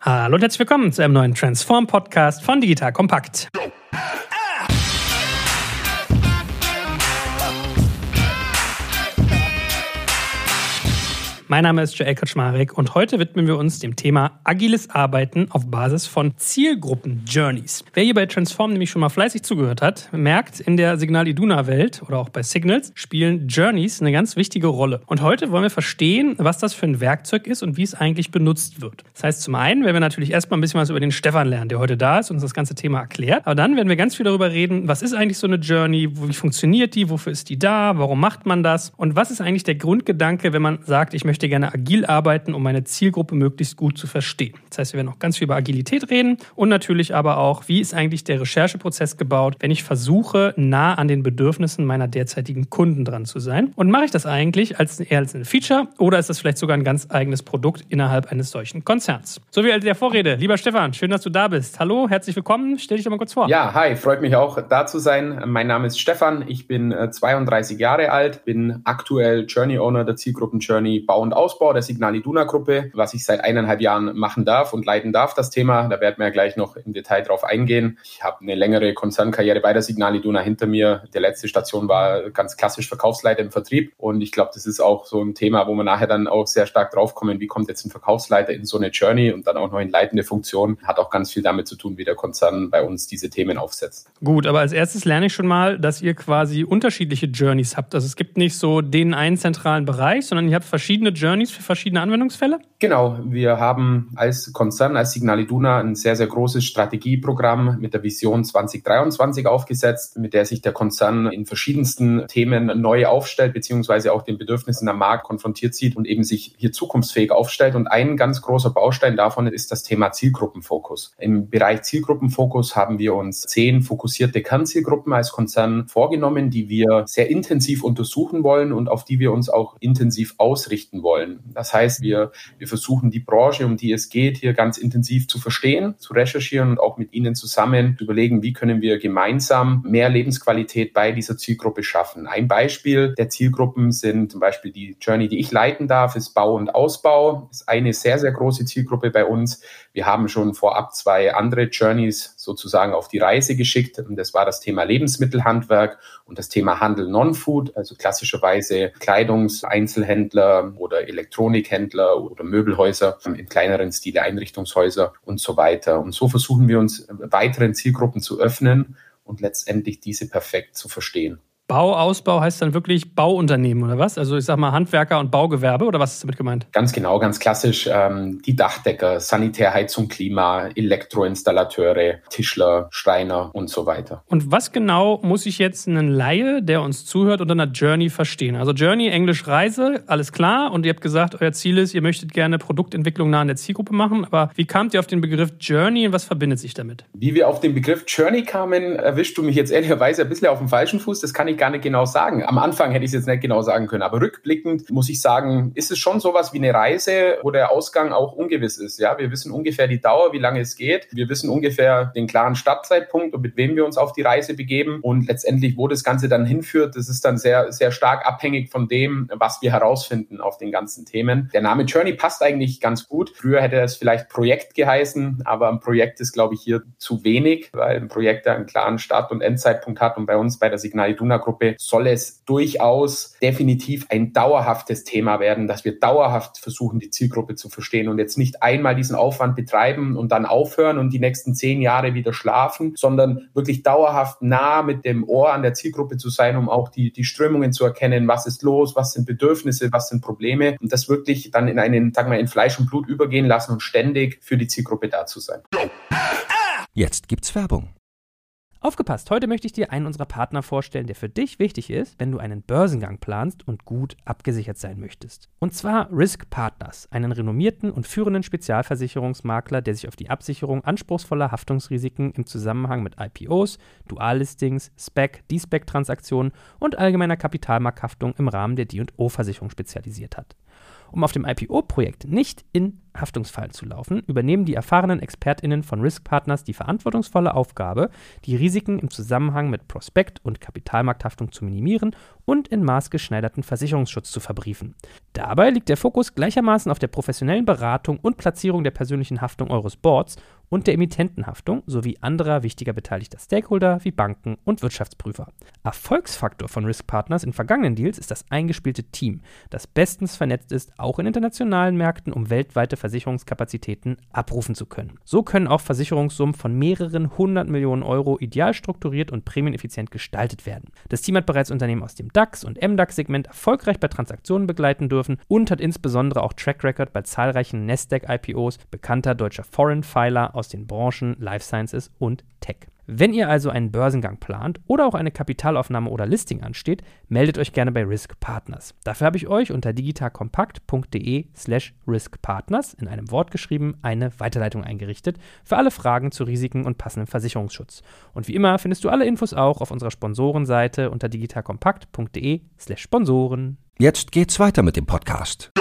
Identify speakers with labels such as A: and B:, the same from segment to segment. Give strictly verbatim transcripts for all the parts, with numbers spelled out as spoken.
A: Hallo und herzlich willkommen zu einem neuen Transform-Podcast von Digital Kompakt. Mein Name ist Joel Kaczmarek und heute widmen wir uns dem Thema agiles Arbeiten auf Basis von Zielgruppen-Journeys. Wer hier bei Transform nämlich schon mal fleißig zugehört hat, merkt, in der Signal-Iduna-Welt oder auch bei Signals spielen Journeys eine ganz wichtige Rolle. Und heute wollen wir verstehen, was das für ein Werkzeug ist und wie es eigentlich benutzt wird. Das heißt, zum einen werden wir natürlich erstmal ein bisschen was über den Stefan lernen, der heute da ist und uns das ganze Thema erklärt. Aber dann werden wir ganz viel darüber reden, was ist eigentlich so eine Journey, wie funktioniert die, wofür ist die da, warum macht man das und was ist eigentlich der Grundgedanke, wenn man sagt, ich möchte gerne agil arbeiten, um meine Zielgruppe möglichst gut zu verstehen. Das heißt, wir werden auch ganz viel über Agilität reden und natürlich aber auch, wie ist eigentlich der Rechercheprozess gebaut, wenn ich versuche, nah an den Bedürfnissen meiner derzeitigen Kunden dran zu sein. Und mache ich das eigentlich als eher als ein Feature oder ist das vielleicht sogar ein ganz eigenes Produkt innerhalb eines solchen Konzerns? So wie der Vorrede. Lieber Stefan, schön, dass du da bist. Hallo, herzlich willkommen. Stell dich doch mal kurz vor.
B: Ja, hi, freut mich auch, da zu sein. Mein Name ist Stefan, ich bin zweiunddreißig Jahre alt, bin aktuell Journey Owner der Zielgruppen Journey Bau und Ausbau der Signal-Iduna-Gruppe, was ich seit eineinhalb Jahren machen darf und leiten darf, das Thema. Da werden wir ja gleich noch im Detail drauf eingehen. Ich habe eine längere Konzernkarriere bei der Signal-Iduna hinter mir. Die letzte Station war ganz klassisch Verkaufsleiter im Vertrieb und ich glaube, das ist auch so ein Thema, wo wir nachher dann auch sehr stark drauf kommen, wie kommt jetzt ein Verkaufsleiter in so eine Journey und dann auch noch in leitende Funktion. Hat auch ganz viel damit zu tun, wie der Konzern bei uns diese Themen aufsetzt.
A: Gut, aber als erstes lerne ich schon mal, dass ihr quasi unterschiedliche Journeys habt. Also es gibt nicht so den einen zentralen Bereich, sondern ihr habt verschiedene Journeys für verschiedene Anwendungsfälle?
B: Genau, wir haben als Konzern, als Signal-Iduna ein sehr, sehr großes Strategieprogramm mit der Vision zwanzig dreiundzwanzig aufgesetzt, mit der sich der Konzern in verschiedensten Themen neu aufstellt, beziehungsweise auch den Bedürfnissen am Markt konfrontiert sieht und eben sich hier zukunftsfähig aufstellt. Und ein ganz großer Baustein davon ist das Thema Zielgruppenfokus. Im Bereich Zielgruppenfokus haben wir uns zehn fokussierte Kernzielgruppen als Konzern vorgenommen, die wir sehr intensiv untersuchen wollen und auf die wir uns auch intensiv ausrichten wollen. Das heißt, wir, wir versuchen die Branche, um die es geht, hier ganz intensiv zu verstehen, zu recherchieren und auch mit ihnen zusammen zu überlegen, wie können wir gemeinsam mehr Lebensqualität bei dieser Zielgruppe schaffen. Ein Beispiel der Zielgruppen sind zum Beispiel die Journey, die ich leiten darf, ist Bau und Ausbau. Das ist eine sehr, sehr große Zielgruppe bei uns. Wir haben schon vorab zwei andere Journeys sozusagen auf die Reise geschickt. Und das war das Thema Lebensmittelhandwerk und das Thema Handel Non-Food, also klassischerweise Kleidungseinzelhändler oder Elektronikhändler oder Möbelhäuser, im kleineren Stile Einrichtungshäuser und so weiter. Und so versuchen wir uns weiteren Zielgruppen zu öffnen und letztendlich diese perfekt zu verstehen.
A: Bau, Ausbau heißt dann wirklich Bauunternehmen oder was? Also ich sag mal Handwerker und Baugewerbe oder was ist damit gemeint?
B: Ganz genau, ganz klassisch. Ähm, die Dachdecker, Sanitär, Heizung, Klima, Elektroinstallateure, Tischler, Schreiner und so weiter.
A: Und was genau muss ich jetzt einen Laie, der uns zuhört, unter einer Journey verstehen? Also Journey, Englisch Reise, alles klar. Und ihr habt gesagt, euer Ziel ist, ihr möchtet gerne Produktentwicklung nah an der Zielgruppe machen. Aber wie kamt ihr auf den Begriff Journey und was verbindet sich damit?
B: Wie wir auf den Begriff Journey kamen, erwischst du mich jetzt ehrlicherweise ein bisschen auf dem falschen Fuß. Das kann ich gar nicht genau sagen. Am Anfang hätte ich es jetzt nicht genau sagen können, aber rückblickend muss ich sagen, ist es schon sowas wie eine Reise, wo der Ausgang auch ungewiss ist. Ja, wir wissen ungefähr die Dauer, wie lange es geht. Wir wissen ungefähr den klaren Startzeitpunkt und mit wem wir uns auf die Reise begeben und letztendlich, wo das Ganze dann hinführt, das ist dann sehr, sehr stark abhängig von dem, was wir herausfinden auf den ganzen Themen. Der Name Journey passt eigentlich ganz gut. Früher hätte es vielleicht Projekt geheißen, aber ein Projekt ist, glaube ich, hier zu wenig, weil ein Projekt ja einen klaren Start- und Endzeitpunkt hat und bei uns bei der Signal-Iduna-Gruppe soll es durchaus definitiv ein dauerhaftes Thema werden, dass wir dauerhaft versuchen, die Zielgruppe zu verstehen und jetzt nicht einmal diesen Aufwand betreiben und dann aufhören und die nächsten zehn Jahre wieder schlafen, sondern wirklich dauerhaft nah mit dem Ohr an der Zielgruppe zu sein, um auch die, die Strömungen zu erkennen, was ist los, was sind Bedürfnisse, was sind Probleme und das wirklich dann in einen, sagen wir, in Fleisch und Blut übergehen lassen und ständig für die Zielgruppe da zu sein.
C: Jetzt gibt's Werbung.
A: Aufgepasst, heute möchte ich dir einen unserer Partner vorstellen, der für dich wichtig ist, wenn du einen Börsengang planst und gut abgesichert sein möchtest. Und zwar Risk Partners, einen renommierten und führenden Spezialversicherungsmakler, der sich auf die Absicherung anspruchsvoller Haftungsrisiken im Zusammenhang mit I P Os, Duallistings, Spec, De-Spec-Transaktionen und allgemeiner Kapitalmarkthaftung im Rahmen der D und O-Versicherung spezialisiert hat. Um auf dem I P O-Projekt nicht in Haftungsfallen zu laufen, übernehmen die erfahrenen ExpertInnen von Risk Partners die verantwortungsvolle Aufgabe, die Risiken im Zusammenhang mit Prospekt- und Kapitalmarkthaftung zu minimieren
D: und in maßgeschneiderten Versicherungsschutz zu verbriefen. Dabei liegt der Fokus gleichermaßen auf der professionellen Beratung und Platzierung der persönlichen Haftung eures Boards und der Emittentenhaftung sowie anderer wichtiger beteiligter Stakeholder wie Banken und Wirtschaftsprüfer. Erfolgsfaktor von Risk Partners in vergangenen Deals ist das eingespielte Team, das bestens vernetzt ist, auch in internationalen Märkten, um weltweite Versicherungskapazitäten abrufen zu können. So können auch Versicherungssummen von mehreren hundert Millionen Euro ideal strukturiert und prämieneffizient gestaltet werden. Das Team hat bereits Unternehmen aus dem DAX- und M DAX-Segment erfolgreich bei Transaktionen begleiten dürfen und hat insbesondere auch Track Record bei zahlreichen Nasdaq-I P Os bekannter deutscher Foreign Filer aus den Branchen Life Sciences und Tech. Wenn ihr also einen Börsengang plant oder auch eine Kapitalaufnahme oder Listing ansteht, meldet euch gerne bei Risk Partners. Dafür habe ich euch unter digitalkompakt.de slash riskpartners in einem Wort geschrieben eine Weiterleitung eingerichtet für alle Fragen zu Risiken und passendem Versicherungsschutz. Und wie immer findest du alle Infos auch auf unserer Sponsorenseite unter digitalkompakt.de slash Sponsoren.
C: Jetzt geht's weiter mit dem Podcast.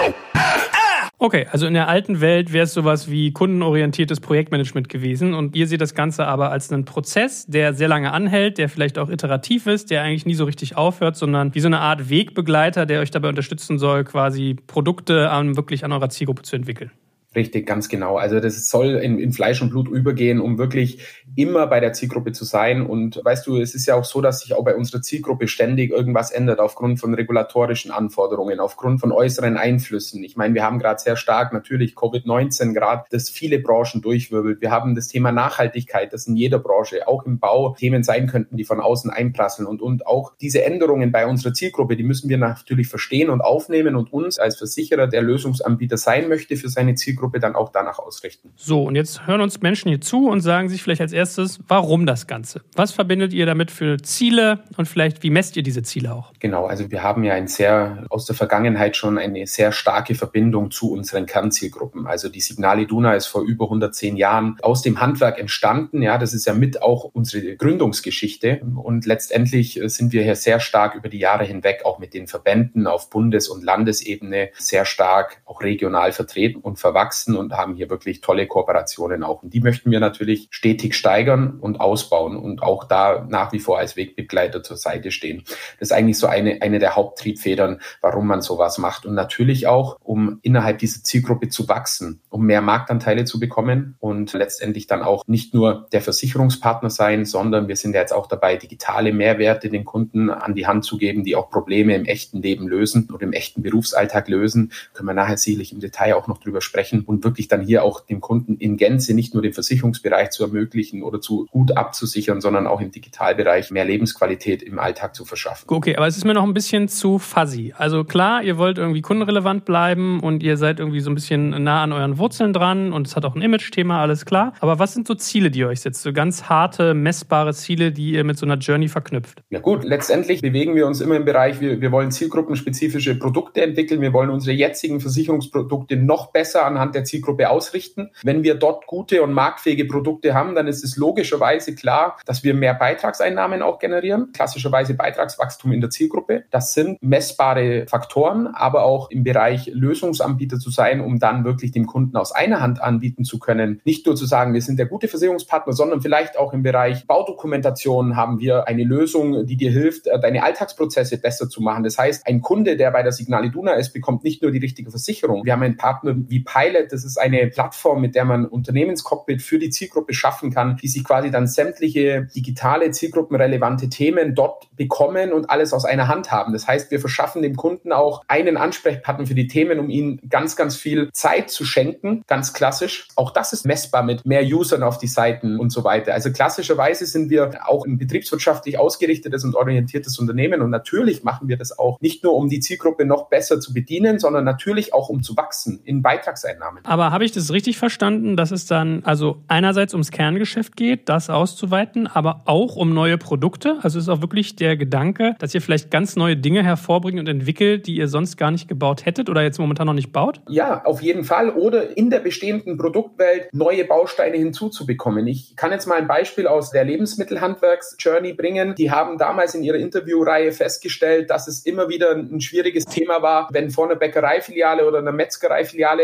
A: Okay, also in der alten Welt wäre es sowas wie kundenorientiertes Projektmanagement gewesen und ihr seht das Ganze aber als einen Prozess, der sehr lange anhält, der vielleicht auch iterativ ist, der eigentlich nie so richtig aufhört, sondern wie so eine Art Wegbegleiter, der euch dabei unterstützen soll, quasi Produkte an, wirklich an eurer Zielgruppe zu entwickeln.
B: Richtig, ganz genau. Also das soll in, in Fleisch und Blut übergehen, um wirklich immer bei der Zielgruppe zu sein. Und weißt du, es ist ja auch so, dass sich auch bei unserer Zielgruppe ständig irgendwas ändert aufgrund von regulatorischen Anforderungen, aufgrund von äußeren Einflüssen. Ich meine, wir haben gerade sehr stark natürlich Covid neunzehn gerade, das viele Branchen durchwirbelt. Wir haben das Thema Nachhaltigkeit, das in jeder Branche, auch im Bau, Themen sein könnten, die von außen einprasseln. Und, und auch diese Änderungen bei unserer Zielgruppe, die müssen wir natürlich verstehen und aufnehmen und uns als Versicherer, der Lösungsanbieter sein möchte, für seine Zielgruppe dann auch danach ausrichten.
A: So, und jetzt hören uns Menschen hier zu und sagen sich vielleicht als erstes, warum das Ganze? Was verbindet ihr damit für Ziele und vielleicht, wie messt ihr diese Ziele auch?
B: Genau, also wir haben ja ein sehr, aus der Vergangenheit schon eine sehr starke Verbindung zu unseren Kernzielgruppen. Also die Signal Iduna ist vor über hundertzehn Jahren aus dem Handwerk entstanden. Ja, das ist ja mit auch unsere Gründungsgeschichte. Und letztendlich sind wir hier sehr stark über die Jahre hinweg auch mit den Verbänden auf Bundes- und Landesebene sehr stark auch regional vertreten und verwachsen und haben hier wirklich tolle Kooperationen auch. Und die möchten wir natürlich stetig steigern und ausbauen und auch da nach wie vor als Wegbegleiter zur Seite stehen. Das ist eigentlich so eine, eine der Haupttriebfedern, warum man sowas macht. Und natürlich auch, um innerhalb dieser Zielgruppe zu wachsen, um mehr Marktanteile zu bekommen und letztendlich dann auch nicht nur der Versicherungspartner sein, sondern wir sind ja jetzt auch dabei, digitale Mehrwerte den Kunden an die Hand zu geben, die auch Probleme im echten Leben lösen oder im echten Berufsalltag lösen. Können wir nachher sicherlich im Detail auch noch drüber sprechen. Und wirklich dann hier auch dem Kunden in Gänze nicht nur den Versicherungsbereich zu ermöglichen oder zu gut abzusichern, sondern auch im Digitalbereich mehr Lebensqualität im Alltag zu verschaffen.
A: Okay, aber es ist mir noch ein bisschen zu fuzzy. Also klar, ihr wollt irgendwie kundenrelevant bleiben und ihr seid irgendwie so ein bisschen nah an euren Wurzeln dran und es hat auch ein Image-Thema, alles klar. Aber was sind so Ziele, die ihr euch setzt? So ganz harte, messbare Ziele, die ihr mit so einer Journey verknüpft?
B: Ja gut, letztendlich bewegen wir uns immer im Bereich, wir, wir wollen zielgruppenspezifische Produkte entwickeln, wir wollen unsere jetzigen Versicherungsprodukte noch besser anhand der Zielgruppe ausrichten. Wenn wir dort gute und marktfähige Produkte haben, dann ist es logischerweise klar, dass wir mehr Beitragseinnahmen auch generieren. Klassischerweise Beitragswachstum in der Zielgruppe. Das sind messbare Faktoren, aber auch im Bereich Lösungsanbieter zu sein, um dann wirklich dem Kunden aus einer Hand anbieten zu können. Nicht nur zu sagen, wir sind der gute Versicherungspartner, sondern vielleicht auch im Bereich Baudokumentation haben wir eine Lösung, die dir hilft, deine Alltagsprozesse besser zu machen. Das heißt, ein Kunde, der bei der Signal Iduna ist, bekommt nicht nur die richtige Versicherung. Wir haben einen Partner wie Pilot, das ist eine Plattform, mit der man Unternehmenscockpit für die Zielgruppe schaffen kann, die sich quasi dann sämtliche digitale, zielgruppenrelevante Themen dort bekommen und alles aus einer Hand haben. Das heißt, wir verschaffen dem Kunden auch einen Ansprechpartner für die Themen, um ihnen ganz, ganz viel Zeit zu schenken, ganz klassisch. Auch das ist messbar mit mehr Usern auf die Seiten und so weiter. Also klassischerweise sind wir auch ein betriebswirtschaftlich ausgerichtetes und orientiertes Unternehmen und natürlich machen wir das auch nicht nur, um die Zielgruppe noch besser zu bedienen, sondern natürlich auch, um zu wachsen in Beitragseinnahmen.
A: Aber habe ich das richtig verstanden, dass es dann also einerseits ums Kerngeschäft geht, das auszuweiten, aber auch um neue Produkte? Also ist auch wirklich der Gedanke, dass ihr vielleicht ganz neue Dinge hervorbringt und entwickelt, die ihr sonst gar nicht gebaut hättet oder jetzt momentan noch nicht baut?
B: Ja, auf jeden Fall. Oder in der bestehenden Produktwelt neue Bausteine hinzuzubekommen. Ich kann jetzt mal ein Beispiel aus der Lebensmittelhandwerks-Journey bringen. Die haben damals in ihrer Interviewreihe festgestellt, dass es immer wieder ein schwieriges Thema war, wenn vor einer Bäckereifiliale oder einer Metzgereifiliale eine Baustelle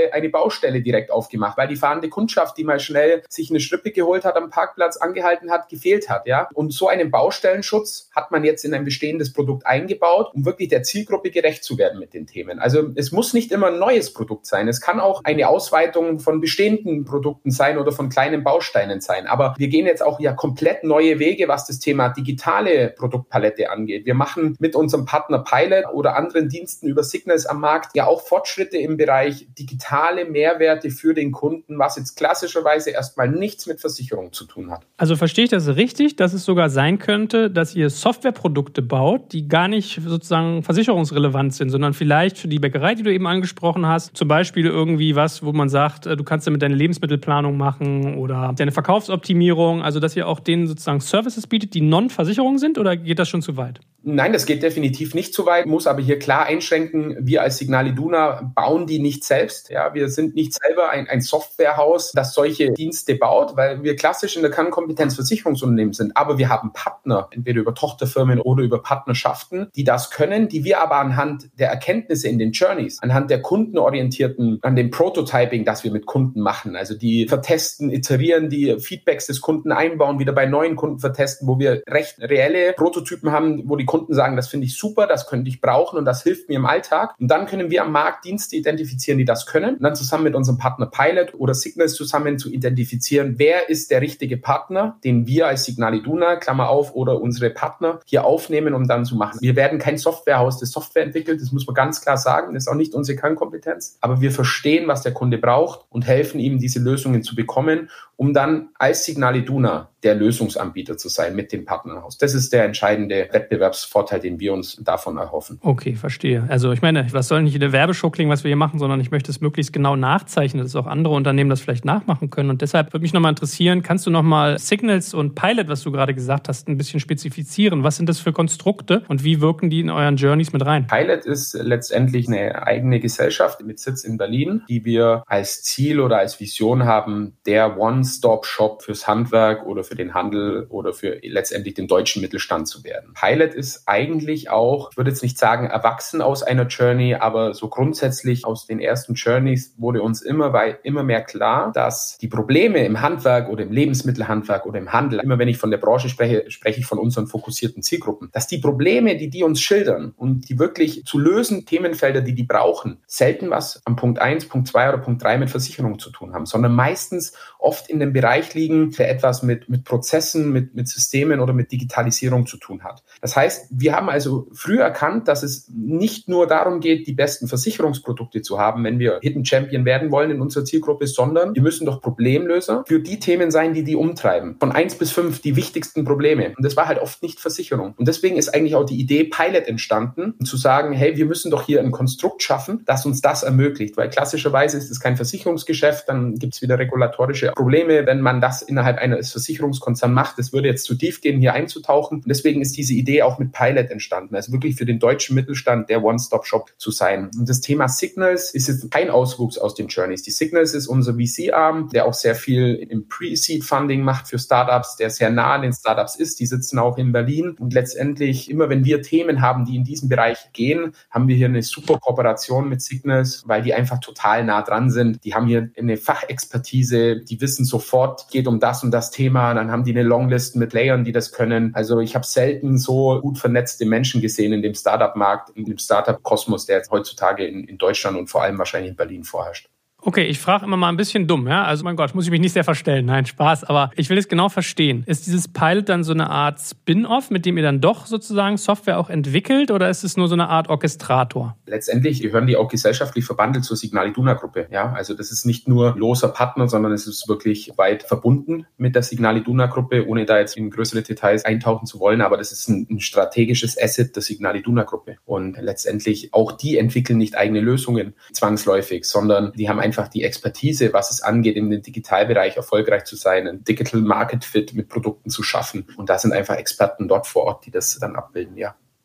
B: Baustelle direkt aufgemacht, weil die fahrende Kundschaft, die mal schnell sich eine Schrippe geholt hat am Parkplatz, angehalten hat, gefehlt hat. Ja? Und so einen Baustellenschutz hat man jetzt in ein bestehendes Produkt eingebaut, um wirklich der Zielgruppe gerecht zu werden mit den Themen. Also es muss nicht immer ein neues Produkt sein. Es kann auch eine Ausweitung von bestehenden Produkten sein oder von kleinen Bausteinen sein. Aber wir gehen jetzt auch ja komplett neue Wege, was das Thema digitale Produktpalette angeht. Wir machen mit unserem Partner Pilot oder anderen Diensten über Signals am Markt ja auch Fortschritte im Bereich digitale Mehrwerte für den Kunden, was jetzt klassischerweise erstmal nichts mit Versicherung zu tun hat.
A: Also verstehe ich das richtig, dass es sogar sein könnte, dass ihr Softwareprodukte baut, die gar nicht sozusagen versicherungsrelevant sind, sondern vielleicht für die Bäckerei, die du eben angesprochen hast, zum Beispiel irgendwie was, wo man sagt, du kannst damit deine Lebensmittelplanung machen oder deine Verkaufsoptimierung, also dass ihr auch denen sozusagen Services bietet, die Non-Versicherung sind, oder geht das schon zu weit?
B: Nein, das geht definitiv nicht zu weit, muss aber hier klar einschränken, wir als Signal Iduna bauen die nicht selbst. Ja, wir sind nicht selber ein, ein Softwarehaus, das solche Dienste baut, weil wir klassisch in der Kernkompetenz Versicherungsunternehmen sind. Aber wir haben Partner, entweder über Tochterfirmen oder über Partnerschaften, die das können, die wir aber anhand der Erkenntnisse in den Journeys, anhand der kundenorientierten, an dem Prototyping, das wir mit Kunden machen, also die vertesten, iterieren, die Feedbacks des Kunden einbauen, wieder bei neuen Kunden vertesten, wo wir recht reelle Prototypen haben, wo die Kunden sagen, das finde ich super, das könnte ich brauchen und das hilft mir im Alltag. Und dann können wir am Markt Dienste identifizieren, die das können. Und dann zusammen mit unserem Partner Pilot oder Signals zusammen zu identifizieren, wer ist der richtige Partner, den wir als Signal Iduna, Klammer auf, oder unsere Partner hier aufnehmen, um dann zu machen. Wir werden kein Softwarehaus, das Software entwickelt, das muss man ganz klar sagen, das ist auch nicht unsere Kernkompetenz. Aber wir verstehen, was der Kunde braucht und helfen ihm, diese Lösungen zu bekommen, um dann als Signal Iduna der Lösungsanbieter zu sein mit dem Partnerhaus. Das ist der entscheidende Wettbewerbsvorteil, den wir uns davon erhoffen.
A: Okay, verstehe. Also ich meine, was soll nicht in der Werbeshow klingen, was wir hier machen, sondern ich möchte es möglichst genau nachzeichnen, dass auch andere Unternehmen das vielleicht nachmachen können. Und deshalb würde mich nochmal interessieren, kannst du nochmal Signals und Pilot, was du gerade gesagt hast, ein bisschen spezifizieren? Was sind das für Konstrukte und wie wirken die in euren Journeys mit rein?
B: Pilot ist letztendlich eine eigene Gesellschaft mit Sitz in Berlin, die wir als Ziel oder als Vision haben, der One-Stop-Shop fürs Handwerk oder für den Handel oder für letztendlich den deutschen Mittelstand zu werden. Pilot ist eigentlich auch, ich würde jetzt nicht sagen erwachsen aus einer Journey, aber so grundsätzlich aus den ersten Journeys wurde uns immer, weit, immer mehr klar, dass die Probleme im Handwerk oder im Lebensmittelhandwerk oder im Handel, immer wenn ich von der Branche spreche, spreche ich von unseren fokussierten Zielgruppen, dass die Probleme, die die uns schildern und die wirklich zu lösen Themenfelder, die die brauchen, selten was am Punkt eins, Punkt zwei oder Punkt drei mit Versicherung zu tun haben, sondern meistens oft in dem Bereich liegen, der etwas mit, mit Prozessen, mit, mit Systemen oder mit Digitalisierung zu tun hat. Das heißt, wir haben also früh erkannt, dass es nicht nur darum geht, die besten Versicherungsprodukte zu haben, wenn wir Hidden Champion werden wollen in unserer Zielgruppe, sondern wir müssen doch Problemlöser für die Themen sein, die die umtreiben. Von eins bis fünf die wichtigsten Probleme. Und das war halt oft nicht Versicherung. Und deswegen ist eigentlich auch die Idee Pilot entstanden, zu sagen, hey, wir müssen doch hier ein Konstrukt schaffen, das uns das ermöglicht. Weil klassischerweise ist es kein Versicherungsgeschäft, dann gibt es wieder regulatorische Probleme, wenn man das innerhalb eines Versicherungskonzerns macht. Das würde jetzt zu tief gehen, hier einzutauchen. Und deswegen ist diese Idee auch mit Pilot entstanden. Also wirklich für den deutschen Mittelstand der One-Stop-Shop zu sein. Und das Thema Signals ist jetzt kein Auswuchs aus den Journeys. Die Signals ist unser V C-Arm, der auch sehr viel im Pre-Seed-Funding macht für Startups, der sehr nah an den Startups ist. Die sitzen auch in Berlin. Und letztendlich, immer wenn wir Themen haben, die in diesen Bereich gehen, haben wir hier eine super Kooperation mit Signals, weil die einfach total nah dran sind. Die haben hier eine Fachexpertise, die wissen sofort, geht um das und das Thema. Dann haben die eine Longlist mit Layern, die das können. Also ich habe selten so gut vernetzte Menschen gesehen in dem Startup-Markt, in dem Startup-Kosmos, der jetzt heutzutage in, in Deutschland und vor allem wahrscheinlich in Berlin vorherrscht.
A: Okay, ich frage immer mal ein bisschen dumm, ja? Also mein Gott, muss ich mich nicht sehr verstellen. Nein, Spaß, aber ich will es genau verstehen. Ist dieses Pilot dann so eine Art Spin-off, mit dem ihr dann doch sozusagen Software auch entwickelt, oder ist es nur so eine Art Orchestrator?
B: Letztendlich gehören die auch gesellschaftlich verbandelt zur Signal Iduna Gruppe, ja? Also das ist nicht nur loser Partner, sondern es ist wirklich weit verbunden mit der Signal Iduna Gruppe, ohne da jetzt in größere Details eintauchen zu wollen, aber das ist ein, ein strategisches Asset der Signal Iduna Gruppe. Und letztendlich auch die entwickeln nicht eigene Lösungen zwangsläufig, sondern die haben einfach die Expertise, was es angeht, in dem Digitalbereich erfolgreich zu sein, ein Digital Market Fit mit Produkten zu schaffen. Und da sind einfach Experten dort vor Ort, die das dann abbilden, ja.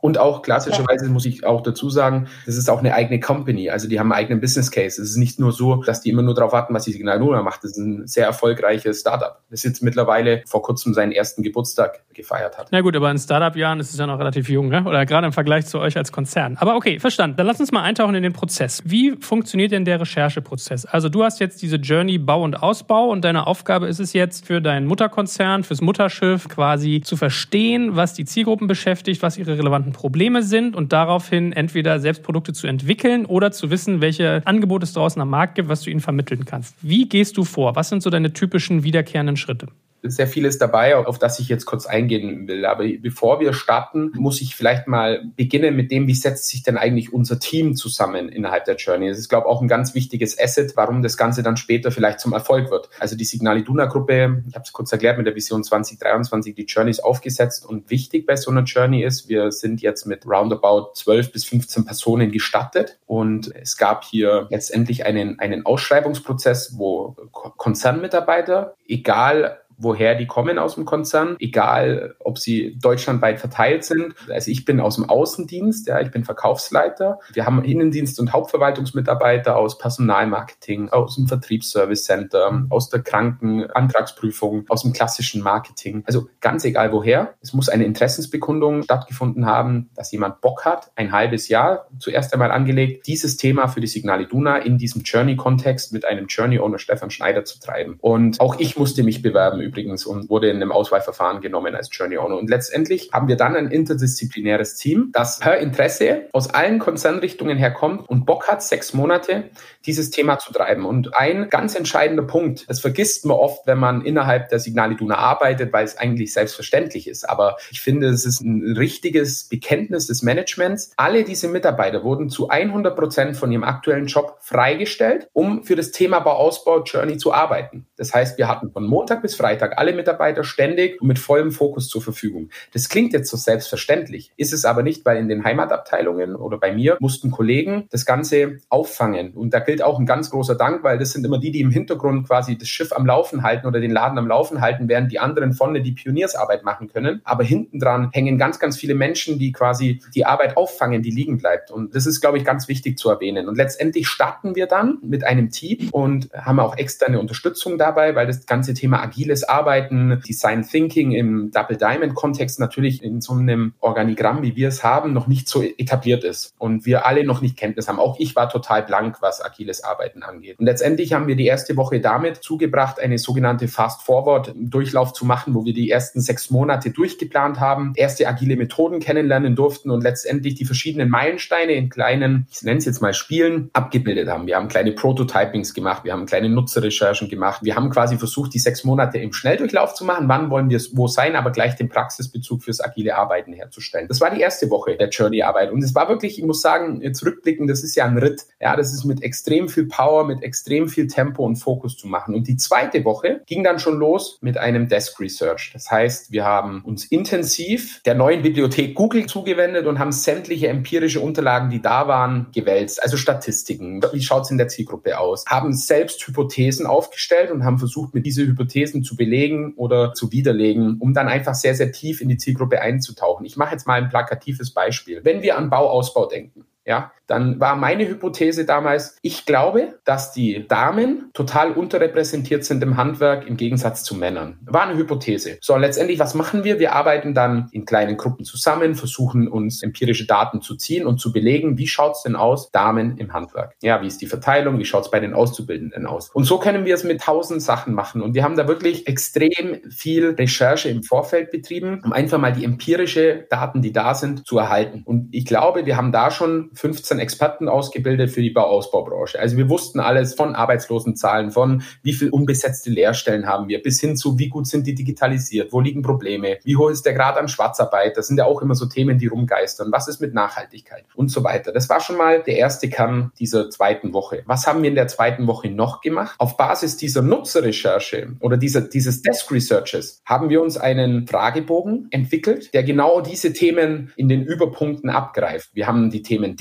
B: Und auch klassischerweise muss ich auch dazu sagen, das ist auch eine eigene Company. Also die haben einen eigenen Business Case. Es ist nicht nur so, dass die immer nur darauf warten, was die Signal Iduna macht. Das ist ein sehr erfolgreiches Startup, das jetzt mittlerweile vor kurzem seinen ersten Geburtstag gefeiert hat.
A: Na gut, aber in Startup-Jahren ist es ja noch relativ jung, ne? Oder gerade im Vergleich zu euch als Konzern. Aber okay, verstanden. Dann lass uns mal eintauchen in den Prozess. Wie funktioniert denn der Rechercheprozess? Also du hast jetzt diese Journey Bau und Ausbau und deine Aufgabe ist es jetzt für deinen Mutterkonzern, fürs Mutterschiff quasi zu verstehen, was die Zielgruppen beschäftigt, was ihre relevanten Probleme sind und daraufhin entweder selbst Produkte zu entwickeln oder zu wissen, welche Angebote es draußen am Markt gibt, was du ihnen vermitteln kannst. Wie gehst du vor? Was sind so deine typischen wiederkehrenden Schritte?
B: Sehr vieles dabei, auf das ich jetzt kurz eingehen will. Aber bevor wir starten, muss ich vielleicht mal beginnen mit dem, wie setzt sich denn eigentlich unser Team zusammen innerhalb der Journey. Das ist, glaube ich, auch ein ganz wichtiges Asset, warum das Ganze dann später vielleicht zum Erfolg wird. Also die Signal Iduna Gruppe, ich habe es kurz erklärt, mit der Vision zwanzig dreiundzwanzig die Journey ist aufgesetzt und wichtig bei so einer Journey ist, wir sind jetzt mit roundabout zwölf bis fünfzehn Personen gestartet und es gab hier letztendlich einen, einen Ausschreibungsprozess, wo Konzernmitarbeiter, egal woher die kommen aus dem Konzern, egal ob sie deutschlandweit verteilt sind. Also ich bin aus dem Außendienst, ja, ich bin Verkaufsleiter. Wir haben Innendienst- und Hauptverwaltungsmitarbeiter aus Personalmarketing, aus dem Vertriebsservice Center, aus der Krankenantragsprüfung, aus dem klassischen Marketing. Also ganz egal woher. Es muss eine Interessensbekundung stattgefunden haben, dass jemand Bock hat, ein halbes Jahr zuerst einmal angelegt, dieses Thema für die Signal Iduna in diesem Journey-Kontext mit einem Journey-Owner Stefan Schneider zu treiben. Und auch ich musste mich bewerben übrigens und wurde in einem Auswahlverfahren genommen als Journey Owner. Und letztendlich haben wir dann ein interdisziplinäres Team, das per Interesse aus allen Konzernrichtungen herkommt und Bock hat, sechs Monate dieses Thema zu treiben. Und ein ganz entscheidender Punkt, das vergisst man oft, wenn man innerhalb der Signal Iduna arbeitet, weil es eigentlich selbstverständlich ist. Aber ich finde, es ist ein richtiges Bekenntnis des Managements. Alle diese Mitarbeiter wurden zu hundert Prozent von ihrem aktuellen Job freigestellt, um für das Thema Bau-Ausbau Journey zu arbeiten. Das heißt, wir hatten von Montag bis Freitag alle Mitarbeiter ständig und mit vollem Fokus zur Verfügung. Das klingt jetzt so selbstverständlich, ist es aber nicht, weil in den Heimatabteilungen oder bei mir mussten Kollegen das Ganze auffangen. Und da gilt auch ein ganz großer Dank, weil das sind immer die, die im Hintergrund quasi das Schiff am Laufen halten oder den Laden am Laufen halten, während die anderen vorne die Pioniersarbeit machen können. Aber hinten dran hängen ganz, ganz viele Menschen, die quasi die Arbeit auffangen, die liegen bleibt. Und das ist, glaube ich, ganz wichtig zu erwähnen. Und letztendlich starten wir dann mit einem Team und haben auch externe Unterstützung dabei, weil das ganze Thema agiles Arbeiten, Design Thinking im Double Diamond Kontext natürlich in so einem Organigramm, wie wir es haben, noch nicht so etabliert ist und wir alle noch nicht Kenntnis haben. Auch ich war total blank, was agiles Arbeiten angeht. Und letztendlich haben wir die erste Woche damit zugebracht, eine sogenannte Fast-Forward-Durchlauf zu machen, wo wir die ersten sechs Monate durchgeplant haben, erste agile Methoden kennenlernen durften und letztendlich die verschiedenen Meilensteine in kleinen, ich nenne es jetzt mal Spielen, abgebildet haben. Wir haben kleine Prototypings gemacht, wir haben kleine Nutzerrecherchen gemacht, wir haben quasi versucht, die sechs Monate im Schnelldurchlauf zu machen. Wann wollen wir es wo sein, aber gleich den Praxisbezug fürs agile Arbeiten herzustellen. Das war die erste Woche der Journey-Arbeit. Und es war wirklich, ich muss sagen, zurückblickend, das ist ja ein Ritt. Ja, das ist mit extrem viel Power, mit extrem viel Tempo und Fokus zu machen. Und die zweite Woche ging dann schon los mit einem Desk Research. Das heißt, wir haben uns intensiv der neuen Bibliothek Google zugewendet und haben sämtliche empirische Unterlagen, die da waren, gewälzt. Also Statistiken. Wie schaut es in der Zielgruppe aus? Haben selbst Hypothesen aufgestellt und haben versucht, mit diesen Hypothesen zu belegen oder zu widerlegen, um dann einfach sehr, sehr tief in die Zielgruppe einzutauchen. Ich mache jetzt mal ein plakatives Beispiel. Wenn wir an Bauausbau denken, ja, dann war meine Hypothese damals, ich glaube, dass die Damen total unterrepräsentiert sind im Handwerk im Gegensatz zu Männern. War eine Hypothese. So, letztendlich, was machen wir? Wir arbeiten dann in kleinen Gruppen zusammen, versuchen uns empirische Daten zu ziehen und zu belegen, wie schaut's denn aus, Damen im Handwerk? Ja, wie ist die Verteilung? Wie schaut's bei den Auszubildenden aus? Und so können wir es mit tausend Sachen machen. Und wir haben da wirklich extrem viel Recherche im Vorfeld betrieben, um einfach mal die empirische Daten, die da sind, zu erhalten. Und ich glaube, wir haben da schon fünfzehn Experten ausgebildet für die Bauausbaubranche. Also wir wussten alles von Arbeitslosenzahlen, von wie viel unbesetzte Lehrstellen haben wir, bis hin zu wie gut sind die digitalisiert, wo liegen Probleme, wie hoch ist der Grad an Schwarzarbeit, das sind ja auch immer so Themen, die rumgeistern, was ist mit Nachhaltigkeit und so weiter. Das war schon mal der erste Kern dieser zweiten Woche. Was haben wir in der zweiten Woche noch gemacht? Auf Basis dieser Nutzerrecherche oder dieser, dieses Desk Researches haben wir uns einen Fragebogen entwickelt, der genau diese Themen in den Überpunkten abgreift. Wir haben die Themen Digitalisierung,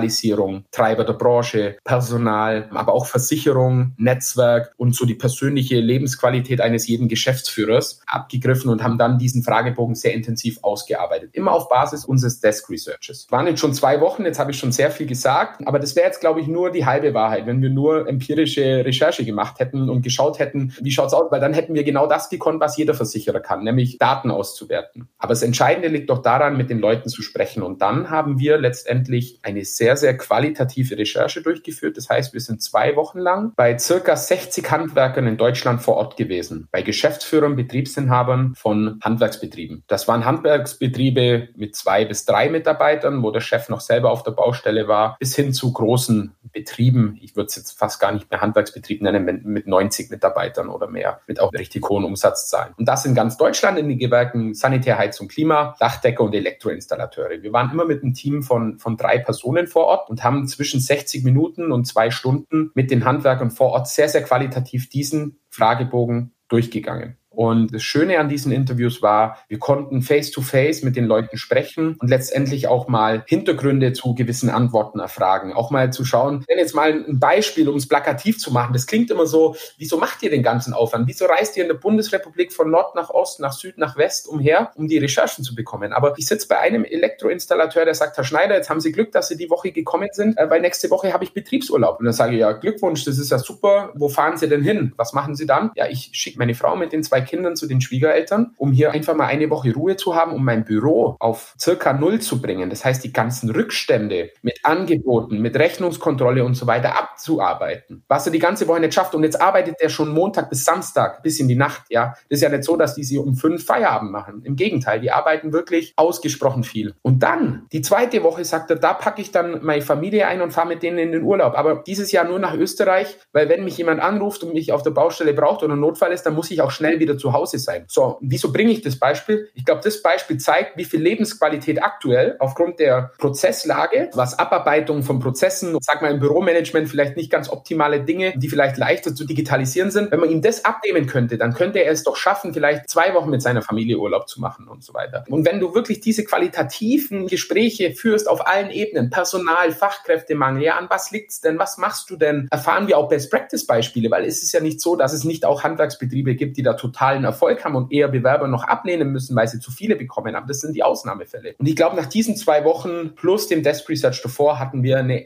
B: Digitalisierung, Treiber der Branche, Personal, aber auch Versicherung, Netzwerk und so die persönliche Lebensqualität eines jeden Geschäftsführers abgegriffen und haben dann diesen Fragebogen sehr intensiv ausgearbeitet. Immer auf Basis unseres Desk Researches. Waren jetzt schon zwei Wochen, jetzt habe ich schon sehr viel gesagt, aber das wäre jetzt, glaube ich, nur die halbe Wahrheit, wenn wir nur empirische Recherche gemacht hätten und geschaut hätten, wie schaut's aus, weil dann hätten wir genau das gekonnt, was jeder Versicherer kann, nämlich Daten auszuwerten. Aber das Entscheidende liegt doch daran, mit den Leuten zu sprechen. Und dann haben wir letztendlich eine sehr, sehr qualitative Recherche durchgeführt. Das heißt, wir sind zwei Wochen lang bei circa sechzig Handwerkern in Deutschland vor Ort gewesen, bei Geschäftsführern, Betriebsinhabern von Handwerksbetrieben. Das waren Handwerksbetriebe mit zwei bis drei Mitarbeitern, wo der Chef noch selber auf der Baustelle war, bis hin zu großen Betrieben. Ich würde es jetzt fast gar nicht mehr Handwerksbetrieb nennen, mit neunzig Mitarbeitern oder mehr, mit auch richtig hohen Umsatzzahlen. Und das in ganz Deutschland in den Gewerken Sanitär, Heizung, Klima, Dachdecker und Elektroinstallateure. Wir waren immer mit einem Team von, von drei Personen vor Ort und haben zwischen sechzig Minuten und zwei Stunden mit den Handwerkern vor Ort sehr, sehr qualitativ diesen Fragebogen durchgegangen. Und das Schöne an diesen Interviews war, wir konnten face-to-face mit den Leuten sprechen und letztendlich auch mal Hintergründe zu gewissen Antworten erfragen. Auch mal zu schauen, wenn jetzt mal ein Beispiel, um es plakativ zu machen, das klingt immer so, wieso macht ihr den ganzen Aufwand? Wieso reist ihr in der Bundesrepublik von Nord nach Ost, nach Süd, nach West umher, um die Recherchen zu bekommen? Aber ich sitze bei einem Elektroinstallateur, der sagt, Herr Schneider, jetzt haben Sie Glück, dass Sie die Woche gekommen sind, weil nächste Woche habe ich Betriebsurlaub. Und dann sage ich, ja, Glückwunsch, das ist ja super. Wo fahren Sie denn hin? Was machen Sie dann? Ja, ich schicke meine Frau mit den zwei Kindern zu den Schwiegereltern, um hier einfach mal eine Woche Ruhe zu haben, um mein Büro auf circa null zu bringen. Das heißt, die ganzen Rückstände mit Angeboten, mit Rechnungskontrolle und so weiter abzuarbeiten. Was er die ganze Woche nicht schafft. Und jetzt arbeitet er schon Montag bis Samstag bis in die Nacht. Ja, das ist ja nicht so, dass die sie um fünf Feierabend machen. Im Gegenteil, die arbeiten wirklich ausgesprochen viel. Und dann, die zweite Woche, sagt er, da packe ich dann meine Familie ein und fahre mit denen in den Urlaub. Aber dieses Jahr nur nach Österreich, weil wenn mich jemand anruft und mich auf der Baustelle braucht oder ein Notfall ist, dann muss ich auch schnell wieder zu Hause sein. So, wieso bringe ich das Beispiel? Ich glaube, das Beispiel zeigt, wie viel Lebensqualität aktuell aufgrund der Prozesslage, was Abarbeitung von Prozessen, sag mal im Büromanagement vielleicht nicht ganz optimale Dinge, die vielleicht leichter zu digitalisieren sind. Wenn man ihm das abnehmen könnte, dann könnte er es doch schaffen, vielleicht zwei Wochen mit seiner Familie Urlaub zu machen und so weiter. Und wenn du wirklich diese qualitativen Gespräche führst auf allen Ebenen, Personal, Fachkräftemangel, ja, an was liegt's denn? Was machst du denn? Erfahren wir auch Best-Practice-Beispiele, weil es ist ja nicht so, dass es nicht auch Handwerksbetriebe gibt, die da totalen Erfolg haben und eher Bewerber noch ablehnen müssen, weil sie zu viele bekommen haben. Das sind die Ausnahmefälle. Und ich glaube, nach diesen zwei Wochen plus dem Desk Research davor hatten wir eine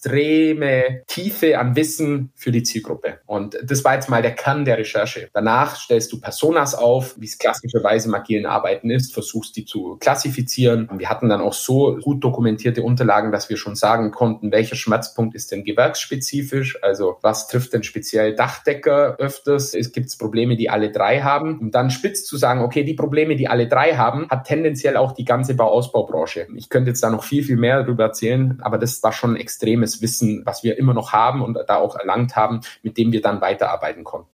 B: extreme Tiefe an Wissen für die Zielgruppe. Und das war jetzt mal der Kern der Recherche. Danach stellst du Personas auf, wie es klassischerweise im agilen Arbeiten ist, versuchst die zu klassifizieren. Und wir hatten dann auch so gut dokumentierte Unterlagen, dass wir schon sagen konnten, welcher Schmerzpunkt ist denn gewerksspezifisch, also was trifft denn speziell Dachdecker öfters, es gibt Probleme, die alle drei haben. Und dann spitz zu sagen, okay, die Probleme, die alle drei haben, hat tendenziell auch die ganze Bauausbaubranche. Ich könnte jetzt da noch viel, viel mehr darüber erzählen, aber das war schon extremes Wissen, was wir immer noch haben und da auch erlangt haben, mit dem wir dann weiterarbeiten konnten.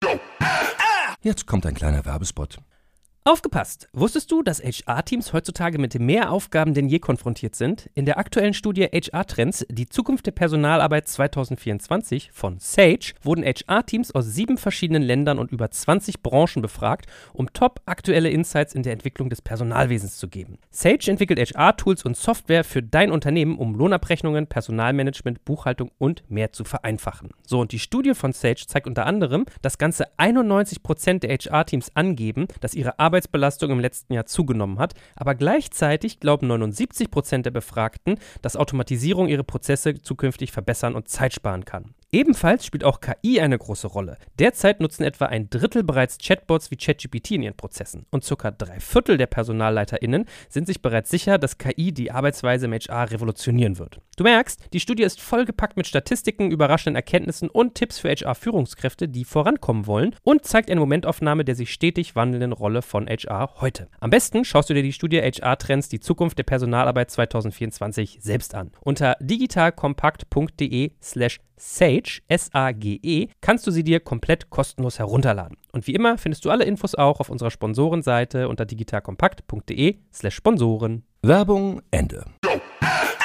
C: Jetzt kommt ein kleiner Werbespot.
D: Aufgepasst! Wusstest du, dass H R-Teams heutzutage mit mehr Aufgaben denn je konfrontiert sind? In der aktuellen Studie H R-Trends, die Zukunft der Personalarbeit zwanzig vierundzwanzig von Sage, wurden H R-Teams aus sieben verschiedenen Ländern und über zwanzig Branchen befragt, um top aktuelle Insights in der Entwicklung des Personalwesens zu geben. Sage entwickelt H R-Tools und Software für dein Unternehmen, um Lohnabrechnungen, Personalmanagement, Buchhaltung und mehr zu vereinfachen. So, und die Studie von Sage zeigt unter anderem, dass ganze einundneunzig Prozent der H R-Teams angeben, dass ihre Arbeit Arbeitsbelastung im letzten Jahr zugenommen hat, aber gleichzeitig glauben neunundsiebzig Prozent der Befragten, dass Automatisierung ihre Prozesse zukünftig verbessern und Zeit sparen kann. Ebenfalls spielt auch K I eine große Rolle. Derzeit nutzen etwa ein Drittel bereits Chatbots wie ChatGPT in ihren Prozessen und circa drei Viertel der PersonalleiterInnen sind sich bereits sicher, dass K I die Arbeitsweise im H R revolutionieren wird. Du merkst, die Studie ist vollgepackt mit Statistiken, überraschenden Erkenntnissen und Tipps für H R-Führungskräfte, die vorankommen wollen und zeigt eine Momentaufnahme der sich stetig wandelnden Rolle von H R heute. Am besten schaust du dir die Studie H R-Trends, die Zukunft der Personalarbeit zwanzig vierundzwanzig selbst an. Unter digitalkompakt.de slash Sage, S A G E, kannst du sie dir komplett kostenlos herunterladen. Und wie immer findest du alle Infos auch auf unserer Sponsorenseite unter digitalkompakt.de slash Sponsoren.
C: Werbung Ende.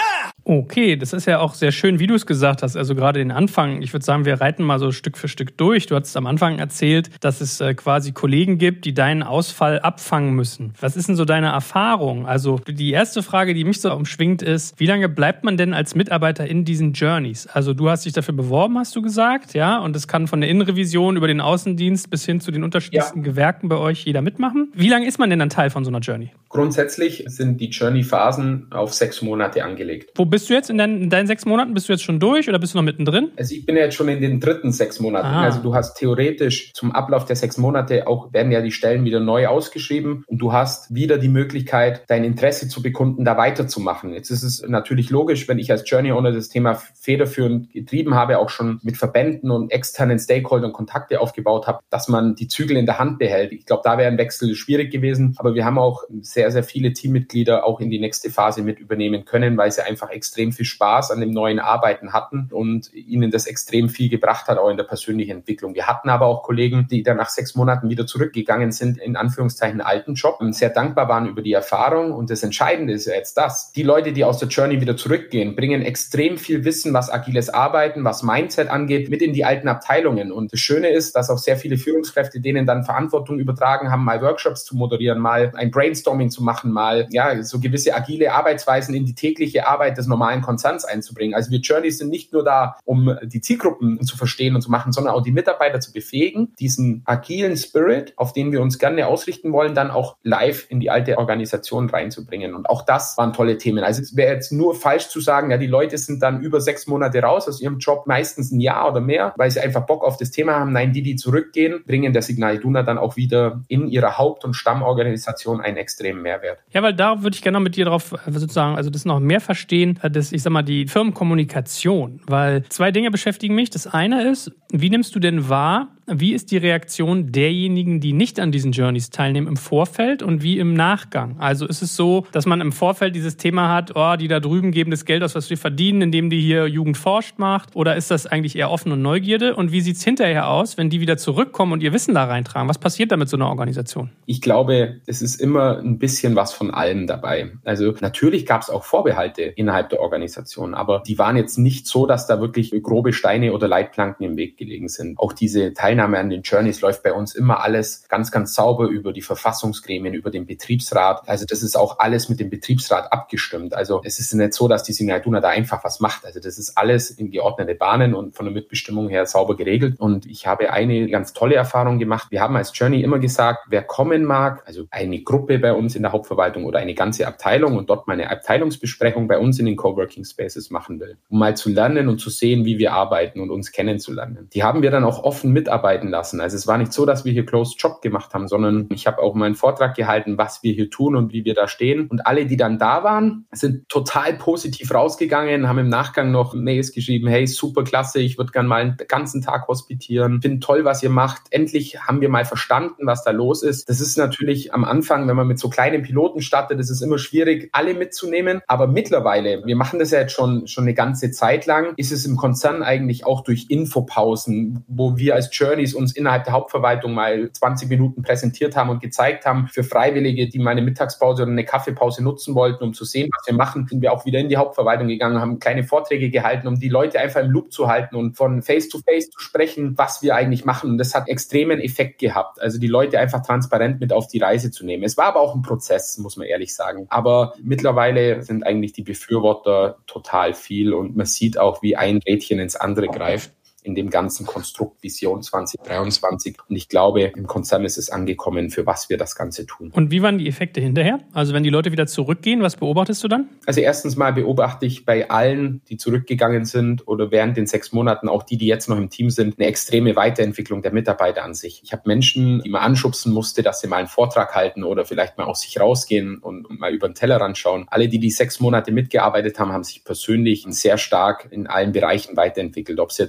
A: Okay, das ist ja auch sehr schön, wie du es gesagt hast. Also gerade den Anfang. Ich würde sagen, wir reiten mal so Stück für Stück durch. Du hattest am Anfang erzählt, dass es äh, quasi Kollegen gibt, die deinen Ausfall abfangen müssen. Was ist denn so deine Erfahrung? Also die erste Frage, die mich so umschwingt, ist, wie lange bleibt man denn als Mitarbeiter in diesen Journeys? Also du hast dich dafür beworben, hast du gesagt, ja? Und es kann von der Innenrevision über den Außendienst bis hin zu den unterschiedlichsten ja. Gewerken bei euch jeder mitmachen. Wie lange ist man denn dann Teil von so einer Journey?
B: Grundsätzlich sind die Journey-Phasen auf sechs Monate angelegt.
A: Wo bist du jetzt in deinen, in deinen sechs Monaten? Bist du jetzt schon durch oder bist du noch mittendrin?
B: Also ich bin ja jetzt schon in den dritten sechs Monaten. Ah. Also du hast theoretisch zum Ablauf der sechs Monate auch, werden ja die Stellen wieder neu ausgeschrieben und du hast wieder die Möglichkeit, dein Interesse zu bekunden, da weiterzumachen. Jetzt ist es natürlich logisch, wenn ich als Journey Owner das Thema federführend getrieben habe, auch schon mit Verbänden und externen Stakeholdern Kontakte aufgebaut habe, dass man die Zügel in der Hand behält. Ich glaube, da wäre ein Wechsel schwierig gewesen, aber wir haben auch sehr, sehr viele Teammitglieder auch in die nächste Phase mit übernehmen können, weil sie einfach extrem viel Spaß an dem neuen Arbeiten hatten und ihnen das extrem viel gebracht hat, auch in der persönlichen Entwicklung. Wir hatten aber auch Kollegen, die dann nach sechs Monaten wieder zurückgegangen sind, in Anführungszeichen alten Job, und sehr dankbar waren über die Erfahrung. Und das Entscheidende ist ja jetzt das. Die Leute, die aus der Journey wieder zurückgehen, bringen extrem viel Wissen, was agiles Arbeiten, was Mindset angeht, mit in die alten Abteilungen. Und das Schöne ist, dass auch sehr viele Führungskräfte denen dann Verantwortung übertragen haben, mal Workshops zu moderieren, mal ein Brainstorming zu machen, mal ja so gewisse agile Arbeitsweisen in die tägliche Arbeit des normalen Konzerns einzubringen. Also wir Journeys sind nicht nur da, um die Zielgruppen zu verstehen und zu machen, sondern auch die Mitarbeiter zu befähigen, diesen agilen Spirit, auf den wir uns gerne ausrichten wollen, dann auch live in die alte Organisation reinzubringen. Und auch das waren tolle Themen. Also es wäre jetzt nur falsch zu sagen, ja, die Leute sind dann über sechs Monate raus aus ihrem Job, meistens ein Jahr oder mehr, weil sie einfach Bock auf das Thema haben. Nein, die, die zurückgehen, bringen der Signal Iduna dann auch wieder in ihrer Haupt- und Stammorganisation einen extremen Mehrwert.
A: Ja, weil da würde ich gerne noch mit dir drauf sozusagen, also das noch mehr verstehen, das, ich sag mal, die Firmenkommunikation, weil zwei Dinge beschäftigen mich. Das eine ist, wie nimmst du denn wahr, wie ist die Reaktion derjenigen, die nicht an diesen Journeys teilnehmen im Vorfeld und wie im Nachgang? Also ist es so, dass man im Vorfeld dieses Thema hat, oh, die da drüben geben das Geld aus, was wir verdienen, indem die hier Jugend forscht macht? Oder ist das eigentlich eher offen und Neugierde? Und wie sieht es hinterher aus, wenn die wieder zurückkommen und ihr Wissen da reintragen? Was passiert da mit so einer Organisation?
B: Ich glaube, es ist immer ein bisschen was von allem dabei. Also natürlich gab es auch Vorbehalte innerhalb der Organisation, aber die waren jetzt nicht so, dass da wirklich grobe Steine oder Leitplanken im Weg gelegen sind. Auch diese Teilnahme an den Journeys läuft bei uns immer alles ganz, ganz sauber über die Verfassungsgremien, über den Betriebsrat. Also das ist auch alles mit dem Betriebsrat abgestimmt. Also es ist nicht so, dass die Signal Iduna da einfach was macht. Also das ist alles in geordnete Bahnen und von der Mitbestimmung her sauber geregelt. Und ich habe eine ganz tolle Erfahrung gemacht. Wir haben als Journey immer gesagt, wer kommen mag, also eine Gruppe bei uns in der Hauptverwaltung oder eine ganze Abteilung und dort mal eine Abteilungsbesprechung bei uns in den Coworking Spaces machen will, um mal zu lernen und zu sehen, wie wir arbeiten und uns kennenzulernen. Die haben wir dann auch offen mitarbeiten lassen. Also es war nicht so, dass wir hier Closed Job gemacht haben, sondern ich habe auch mal einen Vortrag gehalten, was wir hier tun und wie wir da stehen. Und alle, die dann da waren, sind total positiv rausgegangen, haben im Nachgang noch Mails geschrieben, hey, super klasse, ich würde gerne mal einen ganzen Tag hospitieren, finde toll, was ihr macht. Endlich haben wir mal verstanden, was da los ist. Das ist natürlich am Anfang, wenn man mit so kleinen Piloten startet, ist es immer schwierig, alle mitzunehmen. Aber mittlerweile, wir machen das ja jetzt schon, schon eine ganze Zeit lang, ist es im Konzern eigentlich auch durch Infopausen, wo wir als Journeys uns innerhalb der Hauptverwaltung mal zwanzig Minuten präsentiert haben und gezeigt haben, für Freiwillige, die mal eine Mittagspause oder eine Kaffeepause nutzen wollten, um zu sehen, was wir machen, sind wir auch wieder in die Hauptverwaltung gegangen, haben kleine Vorträge gehalten, um die Leute einfach im Loop zu halten und von Face-to-Face zu sprechen, was wir eigentlich machen. Und das hat extremen Effekt gehabt. Also die Leute einfach transparent mit auf die Reise zu nehmen. Es war aber auch ein Prozess, muss man ehrlich sagen. Aber mittlerweile sind eigentlich die Befürworter total viel und man sieht auch, wie ein Rädchen ins andere greift in dem ganzen Konstrukt Vision zwanzig dreiundzwanzig. Und ich glaube, im Konzern ist es angekommen, für was wir das Ganze tun.
A: Und wie waren die Effekte hinterher? Also wenn die Leute wieder zurückgehen, was beobachtest du dann?
B: Also erstens mal beobachte ich bei allen, die zurückgegangen sind oder während den sechs Monaten, auch die, die jetzt noch im Team sind, eine extreme Weiterentwicklung der Mitarbeiter an sich. Ich habe Menschen, die man anschubsen musste, dass sie mal einen Vortrag halten oder vielleicht mal aus sich rausgehen und mal über den Tellerrand schauen. Alle, die die sechs Monate mitgearbeitet haben, haben sich persönlich sehr stark in allen Bereichen weiterentwickelt. Ob es jetzt, sage ich jetzt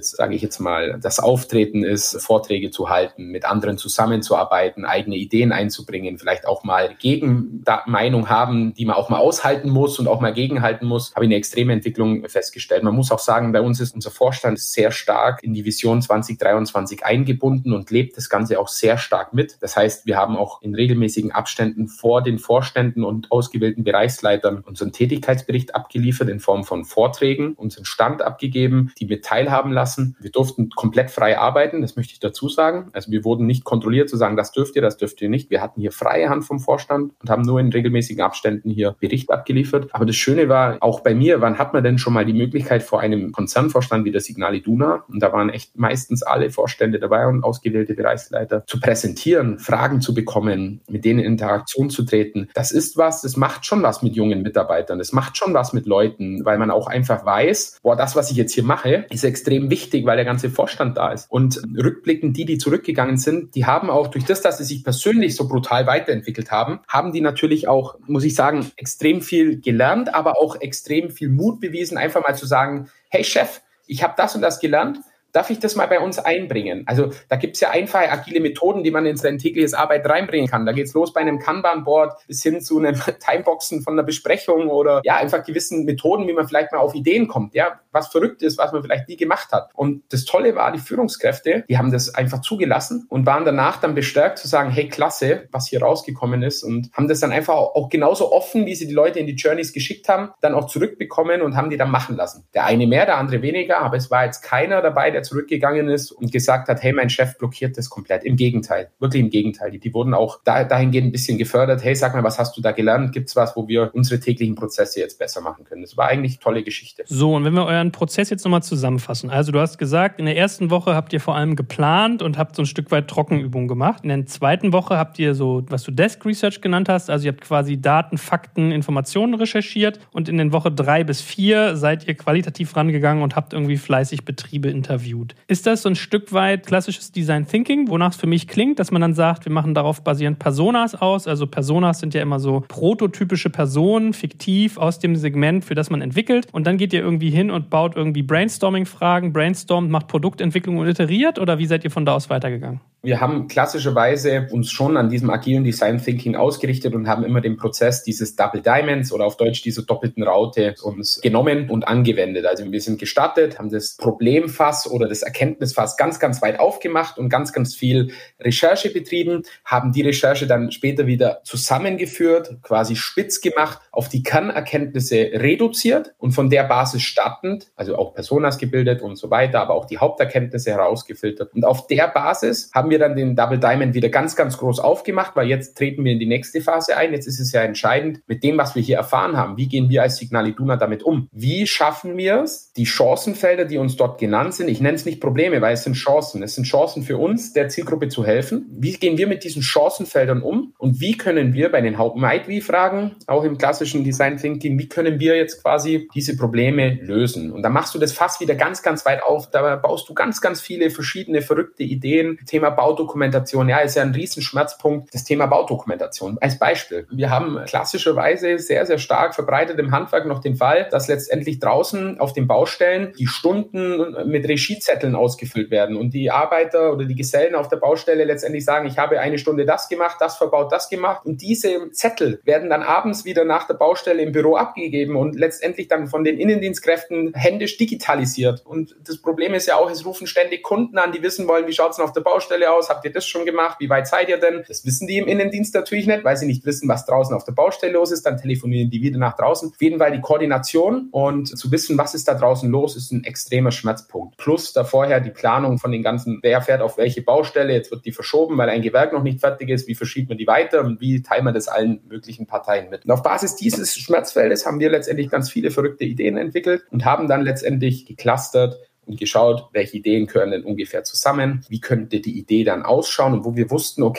B: jetzt mal das Auftreten ist, Vorträge zu halten, mit anderen zusammenzuarbeiten, eigene Ideen einzubringen, vielleicht auch mal Gegenmeinung haben, die man auch mal aushalten muss und auch mal gegenhalten muss, habe ich eine extreme Entwicklung festgestellt. Man muss auch sagen, bei uns ist unser Vorstand sehr stark in die Vision zwanzig dreiundzwanzig eingebunden und lebt das Ganze auch sehr stark mit. Das heißt, wir haben auch in regelmäßigen Abständen vor den Vorständen und ausgewählten Bereichsleitern unseren Tätigkeitsbericht abgeliefert in Form von Vorträgen, unseren Stand abgegeben, die mit teilhaben lassen. Wir durften komplett frei arbeiten, das möchte ich dazu sagen. Also wir wurden nicht kontrolliert zu sagen, das dürft ihr, das dürft ihr nicht. Wir hatten hier freie Hand vom Vorstand und haben nur in regelmäßigen Abständen hier Bericht abgeliefert. Aber das Schöne war, auch bei mir, wann hat man denn schon mal die Möglichkeit vor einem Konzernvorstand wie der Signal Iduna, und da waren echt meistens alle Vorstände dabei und ausgewählte Bereichsleiter, zu präsentieren, Fragen zu bekommen, mit denen in Interaktion zu treten. Das ist was, das macht schon was mit jungen Mitarbeitern, das macht schon was mit Leuten, weil man auch einfach weiß, boah, das, was ich jetzt hier mache, ist extrem wichtig, weil der ganze Vorstand da ist. Und rückblickend, die, die zurückgegangen sind, die haben auch durch das, dass sie sich persönlich so brutal weiterentwickelt haben, haben die natürlich auch, muss ich sagen, extrem viel gelernt, aber auch extrem viel Mut bewiesen, einfach mal zu sagen, hey Chef, ich habe das und das gelernt, darf ich das mal bei uns einbringen? Also da gibt es ja einfache, agile Methoden, die man in sein tägliches Arbeit reinbringen kann. Da geht's los bei einem Kanban-Board bis hin zu einem Timeboxen von einer Besprechung oder ja, einfach gewissen Methoden, wie man vielleicht mal auf Ideen kommt, ja, was verrückt ist, was man vielleicht nie gemacht hat. Und das Tolle war, die Führungskräfte, die haben das einfach zugelassen und waren danach dann bestärkt zu sagen, hey, klasse, was hier rausgekommen ist, und haben das dann einfach auch genauso offen, wie sie die Leute in die Journeys geschickt haben, dann auch zurückbekommen und haben die dann machen lassen. Der eine mehr, der andere weniger, aber es war jetzt keiner dabei, der zurückgegangen ist und gesagt hat, hey, mein Chef blockiert das komplett. Im Gegenteil, wirklich im Gegenteil. Die, die wurden auch da, dahingehend ein bisschen gefördert. Hey, sag mal, was hast du da gelernt? Gibt's was, wo wir unsere täglichen Prozesse jetzt besser machen können? Das war eigentlich eine tolle Geschichte.
A: So, und wenn wir euren Prozess jetzt nochmal zusammenfassen. Also du hast gesagt, in der ersten Woche habt ihr vor allem geplant und habt so ein Stück weit Trockenübungen gemacht. In der zweiten Woche habt ihr so, was du Desk Research genannt hast, also ihr habt quasi Daten, Fakten, Informationen recherchiert, und in den Woche drei bis vier seid ihr qualitativ rangegangen und habt irgendwie fleißig Betriebe interviewt. Ist das so ein Stück weit klassisches Design Thinking, wonach es für mich klingt, dass man dann sagt, wir machen darauf basierend Personas aus? Also Personas sind ja immer so prototypische Personen, fiktiv aus dem Segment, für das man entwickelt. Und dann geht ihr irgendwie hin und baut irgendwie Brainstorming-Fragen, brainstormt, macht Produktentwicklung und iteriert? Oder wie seid ihr von da aus weitergegangen?
B: Wir haben klassischerweise uns schon an diesem agilen Design Thinking ausgerichtet und haben immer den Prozess dieses Double Diamonds oder auf Deutsch dieser doppelten Raute uns genommen und angewendet. Also wir sind gestartet, haben das Problemfass oder das Erkenntnisfass ganz, ganz weit aufgemacht und ganz, ganz viel Recherche betrieben, haben die Recherche dann später wieder zusammengeführt, quasi spitz gemacht, auf die Kernerkenntnisse reduziert und von der Basis startend, also auch Personas gebildet und so weiter, aber auch die Haupterkenntnisse herausgefiltert. Und auf der Basis haben wir dann den Double Diamond wieder ganz, ganz groß aufgemacht, weil jetzt treten wir in die nächste Phase ein. Jetzt ist es ja entscheidend, mit dem, was wir hier erfahren haben, wie gehen wir als Signal Iduna damit um? Wie schaffen wir es, die Chancenfelder, die uns dort genannt sind, ich nenne es nicht Probleme, weil es sind Chancen, es sind Chancen für uns, der Zielgruppe zu helfen. Wie gehen wir mit diesen Chancenfeldern um? Und wie können wir bei den How-Might-We-Fragen, auch im klassischen Design Thinking, wie können wir jetzt quasi diese Probleme lösen? Und dann machst du das Fass wieder ganz, ganz weit auf, da baust du ganz, ganz viele verschiedene verrückte Ideen. Thema Baudokumentation, ja, ist ja ein Riesenschmerzpunkt, das Thema Baudokumentation. Als Beispiel, wir haben klassischerweise sehr, sehr stark verbreitet im Handwerk noch den Fall, dass letztendlich draußen auf den Baustellen die Stunden mit Regiezetteln ausgefüllt werden und die Arbeiter oder die Gesellen auf der Baustelle letztendlich sagen, ich habe eine Stunde das gemacht, das verbaut, das gemacht, und diese Zettel werden dann abends wieder nach der Baustelle im Büro abgegeben und letztendlich dann von den Innendienstkräften händisch digitalisiert. Und das Problem ist ja auch, es rufen ständig Kunden an, die wissen wollen, wie schaut es denn auf der Baustelle aus? Habt ihr das schon gemacht? Wie weit seid ihr denn? Das wissen die im Innendienst natürlich nicht, weil sie nicht wissen, was draußen auf der Baustelle los ist. Dann telefonieren die wieder nach draußen. Auf jeden Fall die Koordination und zu wissen, was ist da draußen los, ist ein extremer Schmerzpunkt. Plus da vorher die Planung von den ganzen, wer fährt auf welche Baustelle, jetzt wird die verschoben, weil ein Gewerk noch nicht fertig ist. Wie verschiebt man die weiter und wie teilt man das allen möglichen Parteien mit? Und auf Basis dieses Schmerzfeldes haben wir letztendlich ganz viele verrückte Ideen entwickelt und haben dann letztendlich geclustert und geschaut, welche Ideen gehören denn ungefähr zusammen, wie könnte die Idee dann ausschauen, und wo wir wussten, okay,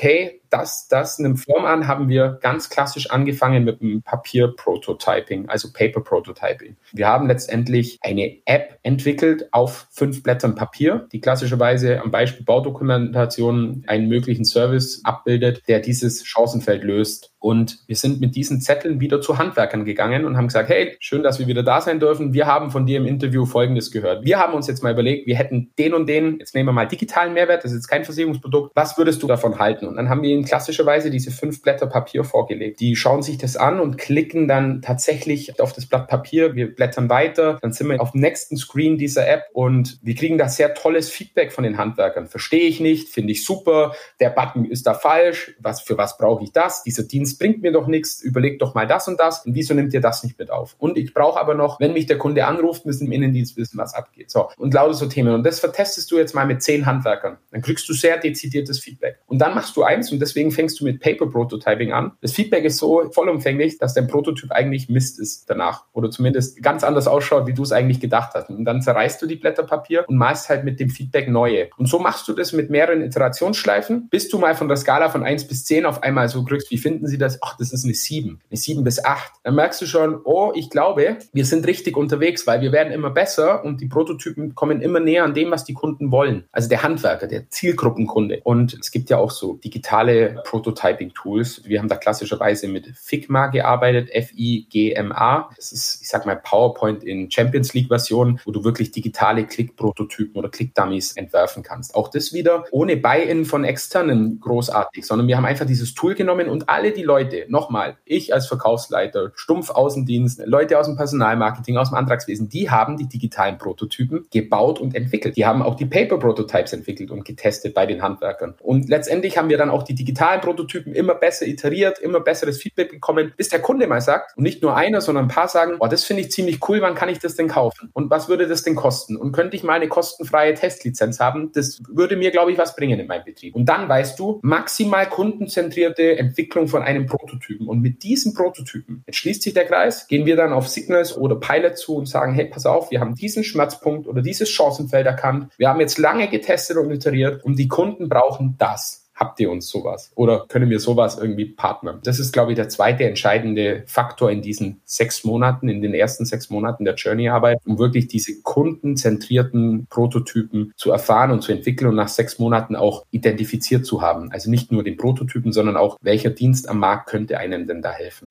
B: das, das nimmt Form an, haben wir ganz klassisch angefangen mit dem Papier-Prototyping, also Paper-Prototyping. Wir haben letztendlich eine App entwickelt auf fünf Blättern Papier, die klassischerweise am Beispiel Baudokumentation einen möglichen Service abbildet, der dieses Chancenfeld löst. Und wir sind mit diesen Zetteln wieder zu Handwerkern gegangen und haben gesagt, hey, schön, dass wir wieder da sein dürfen. Wir haben von dir im Interview Folgendes gehört. Wir haben uns jetzt mal überlegt, wir hätten den und den, jetzt nehmen wir mal digitalen Mehrwert, das ist jetzt kein Versicherungsprodukt. Was würdest du davon halten? Und dann haben wir ihnen klassischerweise diese fünf Blätter Papier vorgelegt. Die schauen sich das an und klicken dann tatsächlich auf das Blatt Papier. Wir blättern weiter, dann sind wir auf dem nächsten Screen dieser App und wir kriegen da sehr tolles Feedback von den Handwerkern. Verstehe ich nicht, finde ich super, der Button ist da falsch, was, für was brauche ich das? Dieser Dienst bringt mir doch nichts, überleg doch mal das und das und wieso nimmt ihr das nicht mit auf? Und ich brauche aber noch, wenn mich der Kunde anruft, müssen im Innendienst wissen, was abgeht. So, und lauter so Themen. Und das vertestest du jetzt mal mit zehn Handwerkern. Dann kriegst du sehr dezidiertes Feedback. Und dann machst du eins und deswegen fängst du mit Paper-Prototyping an. Das Feedback ist so vollumfänglich, dass dein Prototyp eigentlich Mist ist danach oder zumindest ganz anders ausschaut, wie du es eigentlich gedacht hast. Und dann zerreißt du die Blätter Papier und malst halt mit dem Feedback neue. Und so machst du das mit mehreren Iterationsschleifen, bis du mal von der Skala von eins bis zehn auf einmal so kriegst, wie finden sie das? Ach, das ist eine sieben, eine sieben bis acht. Dann merkst du schon, oh, ich glaube, wir sind richtig unterwegs, weil wir werden immer besser und die Prototypen kommen immer näher an dem, was die Kunden wollen. Also der Handwerker, der Zielgruppenkunde. Und es gibt ja auch so digitale Prototyping-Tools. Wir haben da klassischerweise mit Figma gearbeitet, F I G M A. Das ist, ich sag mal, PowerPoint in Champions League-Version, wo du wirklich digitale Klick-Prototypen oder Klick-Dummies entwerfen kannst. Auch das wieder ohne Buy-in von Externen großartig, sondern wir haben einfach dieses Tool genommen und alle die Leute, nochmal, ich als Verkaufsleiter, stumpf Außendienst, Leute aus dem Personalmarketing, aus dem Antragswesen, die haben die digitalen Prototypen gebaut und entwickelt. Die haben auch die Paper-Prototypes entwickelt und getestet bei den Handwerkern. Und letztendlich haben wir dann auch die digitalen Prototypen immer besser iteriert, immer besseres Feedback bekommen, bis der Kunde mal sagt, und nicht nur einer, sondern ein paar sagen, oh, das finde ich ziemlich cool, wann kann ich das denn kaufen? Und was würde das denn kosten? Und könnte ich mal eine kostenfreie Testlizenz haben? Das würde mir, glaube ich, was bringen in meinem Betrieb. Und dann weißt du, maximal kundenzentrierte Entwicklung von einem Prototypen. Und mit diesen Prototypen, jetzt schließt sich der Kreis, gehen wir dann auf Signals oder Pilot zu und sagen, hey, pass auf, wir haben diesen Schmerzpunkt oder dieses Chancenfeld erkannt. Wir haben jetzt lange getestet und iteriert und die Kunden brauchen das. Habt ihr uns sowas? Oder können wir sowas irgendwie partnern? Das ist, glaube ich, der zweite entscheidende Faktor in diesen sechs Monaten, in den ersten sechs Monaten der Journey-Arbeit, um wirklich diese kundenzentrierten Prototypen zu erfahren und zu entwickeln und nach sechs Monaten auch identifiziert zu haben. Also nicht nur den Prototypen, sondern auch, welcher Dienst am Markt könnte einem denn da helfen.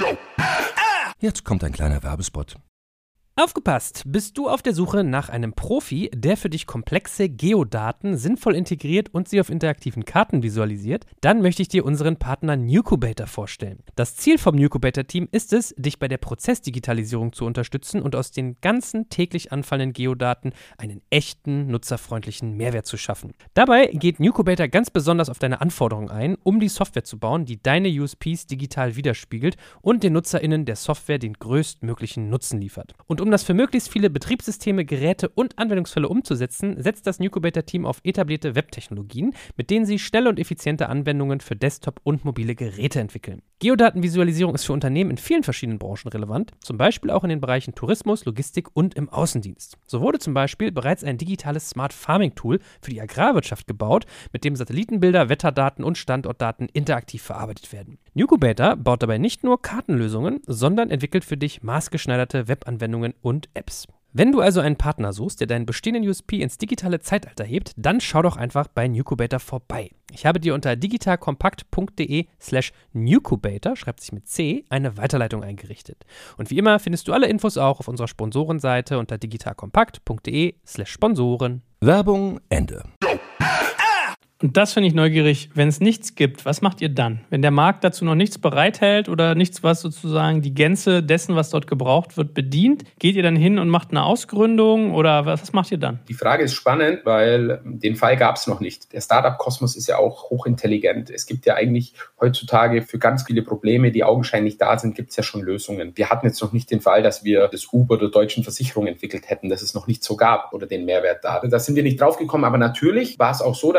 C: Jetzt kommt ein kleiner Werbespot.
D: Aufgepasst! Bist du auf der Suche nach einem Profi, der für dich komplexe Geodaten sinnvoll integriert und sie auf interaktiven Karten visualisiert? Dann möchte ich dir unseren Partner Nucubator vorstellen. Das Ziel vom Nucubator-Team ist es, dich bei der Prozessdigitalisierung zu unterstützen und aus den ganzen täglich anfallenden Geodaten einen echten, nutzerfreundlichen Mehrwert zu schaffen. Dabei geht Nucubator ganz besonders auf deine Anforderungen ein, um die Software zu bauen, die deine U S Ps digital widerspiegelt und den NutzerInnen der Software den größtmöglichen Nutzen liefert. Und um Um das für möglichst viele Betriebssysteme, Geräte und Anwendungsfälle umzusetzen, setzt das Nucubator-Team auf etablierte Webtechnologien, mit denen sie schnelle und effiziente Anwendungen für Desktop- und mobile Geräte entwickeln. Geodatenvisualisierung ist für Unternehmen in vielen verschiedenen Branchen relevant, zum Beispiel auch in den Bereichen Tourismus, Logistik und im Außendienst. So wurde zum Beispiel bereits ein digitales Smart Farming-Tool für die Agrarwirtschaft gebaut, mit dem Satellitenbilder, Wetterdaten und Standortdaten interaktiv verarbeitet werden. Nucubator baut dabei nicht nur Kartenlösungen, sondern entwickelt für dich maßgeschneiderte Webanwendungen und Apps. Wenn du also einen Partner suchst, der deinen bestehenden U S P ins digitale Zeitalter hebt, dann schau doch einfach bei Nucubator vorbei. Ich habe dir unter digitalkompakt.de slash Nucubator, schreibt sich mit C, eine Weiterleitung eingerichtet. Und wie immer findest du alle Infos auch auf unserer Sponsorenseite unter digitalkompakt.de slash Sponsoren.
C: Werbung Ende.
A: Und das finde ich neugierig. Wenn es nichts gibt, was macht ihr dann? Wenn der Markt dazu noch nichts bereithält oder nichts, was sozusagen die Gänze dessen, was dort gebraucht wird, bedient, geht ihr dann hin und macht eine Ausgründung oder was, was macht ihr dann?
B: Die Frage ist spannend, weil den Fall gab es noch nicht. Der Startup-Kosmos ist ja auch hochintelligent. Es gibt ja eigentlich heutzutage für ganz viele Probleme, die augenscheinlich da sind, gibt es ja schon Lösungen. Wir hatten jetzt noch nicht den Fall, dass wir das Uber der deutschen Versicherung entwickelt hätten, dass es noch nicht so gab oder den Mehrwert da. Da sind wir nicht drauf gekommen, aber natürlich war es auch so, dass wir ab und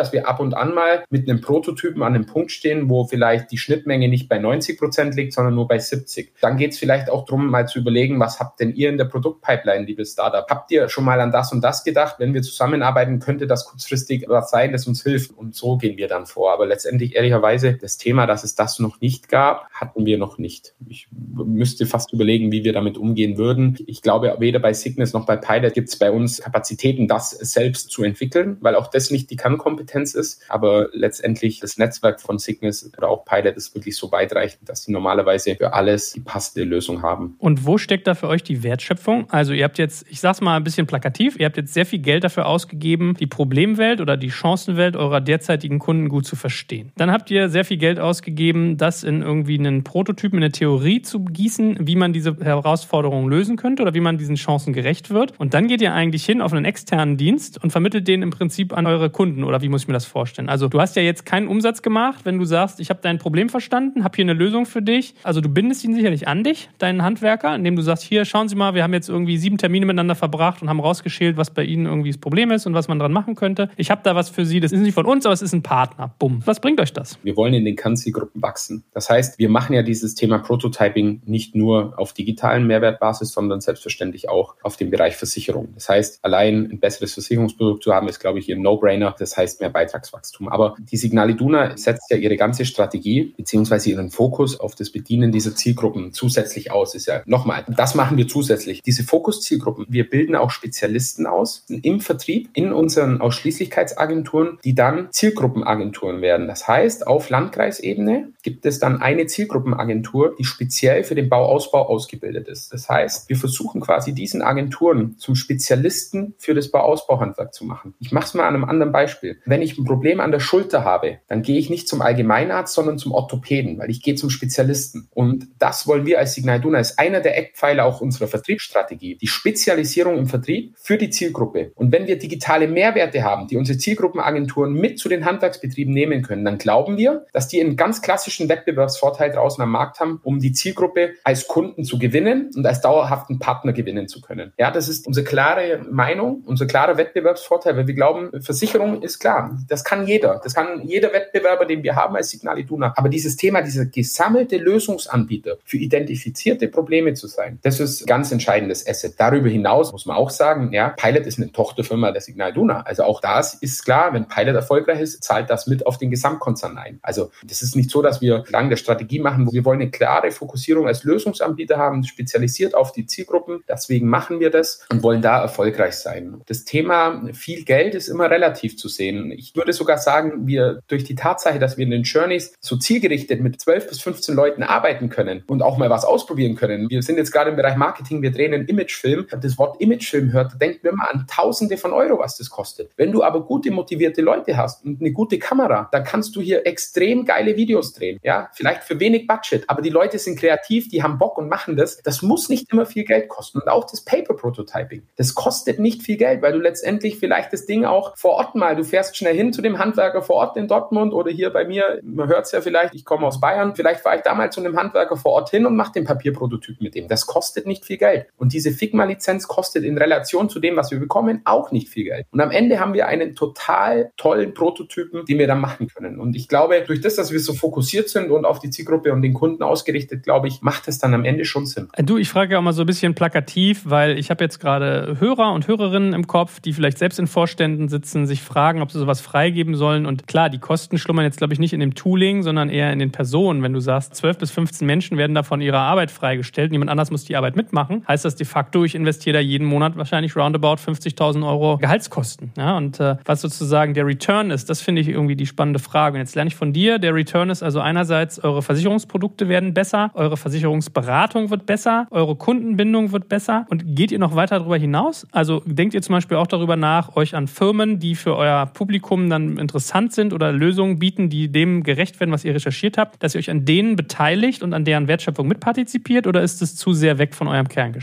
B: und an mal mit einem Prototypen an einem Punkt stehen, wo vielleicht die Schnittmenge nicht bei neunzig Prozent liegt, sondern nur bei siebzig. Dann geht es vielleicht auch darum, mal zu überlegen, was habt denn ihr in der Produktpipeline, liebes Startup? Habt ihr schon mal an das und das gedacht? Wenn wir zusammenarbeiten, könnte das kurzfristig was sein, das uns hilft. Und so gehen wir dann vor. Aber letztendlich, ehrlicherweise, das Thema, dass es das noch nicht gab, hatten wir noch nicht. Ich müsste fast überlegen, wie wir damit umgehen würden. Ich glaube, weder bei Cygnus noch bei Pilot gibt es bei uns Kapazitäten, das selbst zu entwickeln, weil auch das nicht die Kernkompetenz ist. Aber letztendlich das Netzwerk von Cygnus oder auch Pilot ist wirklich so weitreichend, dass sie normalerweise für alles die passende Lösung haben.
A: Und wo steckt da für euch die Wertschöpfung? Also ihr habt jetzt, ich sag's mal ein bisschen plakativ, ihr habt jetzt sehr viel Geld dafür ausgegeben, die Problemwelt oder die Chancenwelt eurer derzeitigen Kunden gut zu verstehen. Dann habt ihr sehr viel Geld ausgegeben, das in irgendwie einen Prototypen, in eine Theorie zu gießen, wie man diese Herausforderungen lösen könnte oder wie man diesen Chancen gerecht wird. Und dann geht ihr eigentlich hin auf einen externen Dienst und vermittelt den im Prinzip an eure Kunden. Oder wie muss ich mir das vorstellen? Also du hast ja jetzt keinen Umsatz gemacht, wenn du sagst, ich habe dein Problem verstanden, habe hier eine Lösung für dich. Also du bindest ihn sicherlich an dich, deinen Handwerker, indem du sagst, hier, schauen Sie mal, wir haben jetzt irgendwie sieben Termine miteinander verbracht und haben rausgeschält, was bei Ihnen irgendwie das Problem ist und was man dran machen könnte. Ich habe da was für Sie, das ist nicht von uns, aber es ist ein Partner. Bumm. Was bringt euch das?
B: Wir wollen in den Kernzielgruppen wachsen. Das heißt, wir machen ja dieses Thema Prototyping nicht nur auf digitalen Mehrwertbasis, sondern selbstverständlich auch auf dem Bereich Versicherung. Das heißt, allein ein besseres Versicherungsprodukt zu haben, ist, glaube ich, hier ein No-Brainer. Das heißt, mehr Beitragswachstum. Aber die Signal Iduna setzt ja ihre ganze Strategie beziehungsweise ihren Fokus auf das Bedienen dieser Zielgruppen zusätzlich aus. Ist ja nochmal, das machen wir zusätzlich. Diese Fokuszielgruppen, wir bilden auch Spezialisten aus im Vertrieb, in unseren Ausschließlichkeitsagenturen, die dann Zielgruppenagenturen werden. Das heißt, auf Landkreisebene gibt es dann eine Zielgruppenagentur, die speziell für den Bauausbau ausgebildet ist. Das heißt, wir versuchen quasi diesen Agenturen zum Spezialisten für das Bauausbauhandwerk zu machen. Ich mache es mal an einem anderen Beispiel. Wenn ich ein Problem an der Schulter habe, dann gehe ich nicht zum Allgemeinarzt, sondern zum Orthopäden, weil ich gehe zum Spezialisten. Und das wollen wir als Signal Iduna, ist einer der Eckpfeiler auch unserer Vertriebsstrategie. Die Spezialisierung im Vertrieb für die Zielgruppe. Und wenn wir digitale Mehrwerte haben, die unsere Zielgruppenagenturen mit zu den Handwerksbetrieben nehmen können, dann glauben wir, dass die einen ganz klassischen Wettbewerbsvorteil draußen am Markt haben, um die Zielgruppe als Kunden zu gewinnen und als dauerhaften Partner gewinnen zu können. Ja, das ist unsere klare Meinung, unser klarer Wettbewerbsvorteil, weil wir glauben, Versicherung ist klar. Das kann jeder. Das kann jeder Wettbewerber, den wir haben als Signal Iduna. Aber dieses Thema, dieser gesammelte Lösungsanbieter für identifizierte Probleme zu sein, das ist ein ganz entscheidendes Asset. Darüber hinaus muss man auch sagen, ja, Pilot ist eine Tochterfirma der Signal Iduna. Also auch das ist klar, wenn Pilot erfolgreich ist, zahlt das mit auf den Gesamtkonzern ein. Also das ist nicht so, dass wir lang der Strategie machen, wo wir wollen eine klare Fokussierung als Lösungsanbieter haben, spezialisiert auf die Zielgruppen. Deswegen machen wir das und wollen da erfolgreich sein. Das Thema viel Geld ist immer relativ zu sehen. Ich würde sogar sagen, wir durch die Tatsache, dass wir in den Journeys so zielgerichtet mit zwölf bis fünfzehn Leuten arbeiten können und auch mal was ausprobieren können. Wir sind jetzt gerade im Bereich Marketing, wir drehen einen Imagefilm. Das Wort Imagefilm hört, denkt mir mal an Tausende von Euro, was das kostet. Wenn du aber gute, motivierte Leute hast und eine gute Kamera, dann kannst du hier extrem geile Videos drehen. Ja, vielleicht für wenig Budget, aber die Leute sind kreativ, die haben Bock und machen das. Das muss nicht immer viel Geld kosten. Und auch das Paper-Prototyping, das kostet nicht viel Geld, weil du letztendlich vielleicht das Ding auch vor Ort mal, du fährst schnell hin zu dem Handwerker vor Ort in Dortmund oder hier bei mir, man hört es ja vielleicht, ich komme aus Bayern, vielleicht fahre ich da mal zu einem Handwerker vor Ort hin und mache den Papierprototyp mit dem. Das kostet nicht viel Geld. Und diese Figma-Lizenz kostet in Relation zu dem, was wir bekommen, auch nicht viel Geld. Und am Ende haben wir einen total tollen Prototypen, den wir dann machen können. Und ich glaube, durch das, dass wir so fokussiert sind und auf die Zielgruppe und den Kunden ausgerichtet, glaube ich, macht es dann am Ende schon Sinn.
A: Du, ich frage ja auch mal so ein bisschen plakativ, weil ich habe jetzt gerade Hörer und Hörerinnen im Kopf, die vielleicht selbst in Vorständen sitzen, sich fragen, ob sie sowas freigeben sollen. Und klar, die Kosten schlummern jetzt, glaube ich, nicht in dem Tooling, sondern eher in den Personen. Wenn du sagst, zwölf bis fünfzehn Menschen werden da von ihrer Arbeit freigestellt, niemand anders muss die Arbeit mitmachen, heißt das de facto, ich investiere da jeden Monat wahrscheinlich roundabout fünfzigtausend Euro Gehaltskosten. Ja, und äh, was sozusagen der Return ist, das finde ich irgendwie die spannende Frage. Und jetzt lerne ich von dir, der Return ist also einerseits, eure Versicherungsprodukte werden besser, eure Versicherungsberatung wird besser, eure Kundenbindung wird besser. Und geht ihr noch weiter darüber hinaus? Also denkt ihr zum Beispiel auch darüber nach, euch an Firmen, die für euer Publikum dann interessant sind oder Lösungen bieten, die dem gerecht werden, was ihr recherchiert habt, dass ihr euch an denen beteiligt und an deren Wertschöpfung mitpartizipiert, oder ist es zu sehr weg von eurem Kerngeschäft?